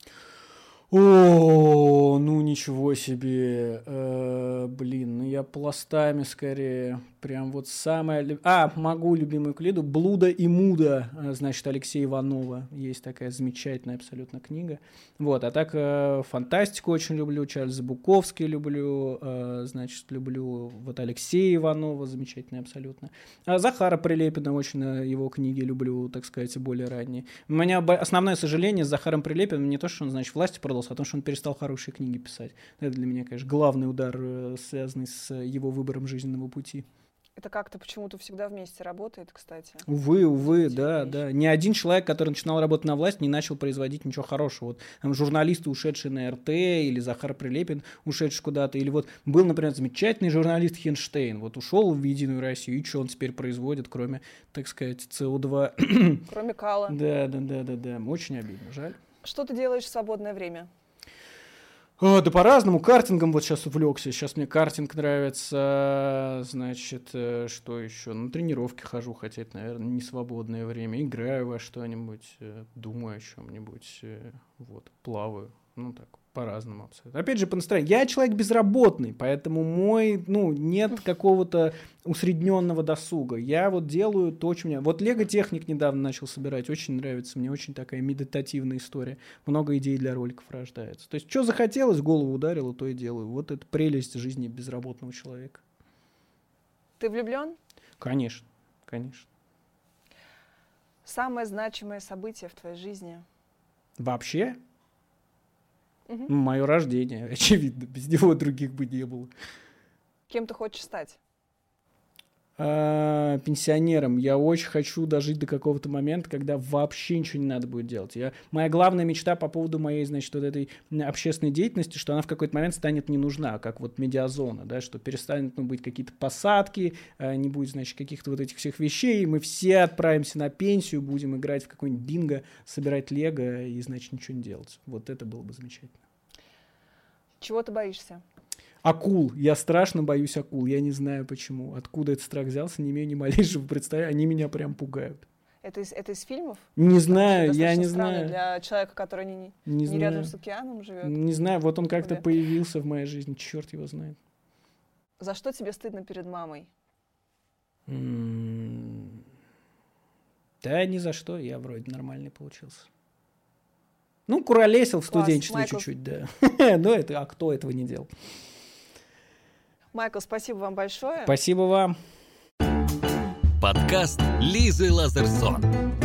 О, ну ничего себе. Э, блин, ну я пластами скорее. Прям вот самая... лю- А, могу любимую книгу. «Блуда и муда», э, значит, Алексея Иванова. Есть такая замечательная абсолютно книга. Вот, а так э, фантастику очень люблю, Чарльза Буковский люблю, э, значит, люблю вот Алексея Иванова, замечательный абсолютно. А Захара Прилепина очень, э, его книги люблю, так сказать, более ранние. У меня бо- основное сожаление с Захаром Прилепиным не то, что он, значит, власти продался, а то, что он перестал хорошие книги писать. Это для меня, конечно, главный удар, э, связанный с его выбором жизненного пути. Это как-то почему-то всегда вместе работает, кстати. Увы, увы, Эти да, вещи. да. Ни один человек, который начинал работать на власть, не начал производить ничего хорошего. Вот там журналисты, ушедшие на эр тэ, или Захар Прилепин, ушедший куда-то, или вот был, например, замечательный журналист Хинштейн, вот ушел в «Единую Россию», и что он теперь производит, кроме, так сказать, цэ о два? Кроме кала. Да, да, да, да, да. Очень обидно, жаль. Что ты делаешь в свободное время? О, да по-разному. Картингом вот сейчас увлекся. Сейчас мне картинг нравится. Значит, э, что еще? На тренировки хожу, хотя это, наверное, не свободное время. Играю во что-нибудь, э, думаю о чем-нибудь. э, Вот, плаваю. Ну так, по-разному абсолютно. Опять же, по настроению. Я человек безработный, поэтому мой, ну, нет какого-то усредненного досуга. Я вот делаю то, что у меня... Вот лего-техник недавно начал собирать. Очень нравится. Мне очень такая медитативная история. Много идей для роликов рождается. То есть, что захотелось, голову ударило, то и делаю. Вот это прелесть жизни безработного человека. Ты влюблен? Конечно, конечно. Самое значимое событие в твоей жизни? Вообще? Мгм. Мое рождение, очевидно. Без него других бы не было. Кем ты хочешь стать? А, пенсионером. Я очень хочу дожить до какого-то момента, когда вообще ничего не надо будет делать. Я, моя главная мечта по поводу моей, значит, вот этой общественной деятельности, что она в какой-то момент станет не нужна, как вот медиазона, да, что перестанет, ну, быть какие-то посадки, а, не будет, значит, каких-то вот этих всех вещей, и мы все отправимся на пенсию, будем играть в какой-нибудь бинго, собирать лего и, значит, ничего не делать. Вот это было бы замечательно. Чего ты боишься? Акул. Я страшно боюсь акул. Я не знаю почему. Откуда этот страх взялся, не имею ни малейшего представления. Они меня прям пугают. Это из, это из фильмов? Не знаю, Достаточно я не странно знаю. для человека, который не, Не не знаю. рядом с океаном живет. Не знаю, вот он как-то Да. появился в моей жизни. Черт его знает. За что тебе стыдно перед мамой? М, Да, ни за что. Я вроде нормальный получился. Ну, куролесил в Класс, студенчестве Майкл. чуть-чуть, да. Но это, а кто этого не делал? Майкл, спасибо вам большое. Спасибо вам. Подкаст Лизы Лазерсон.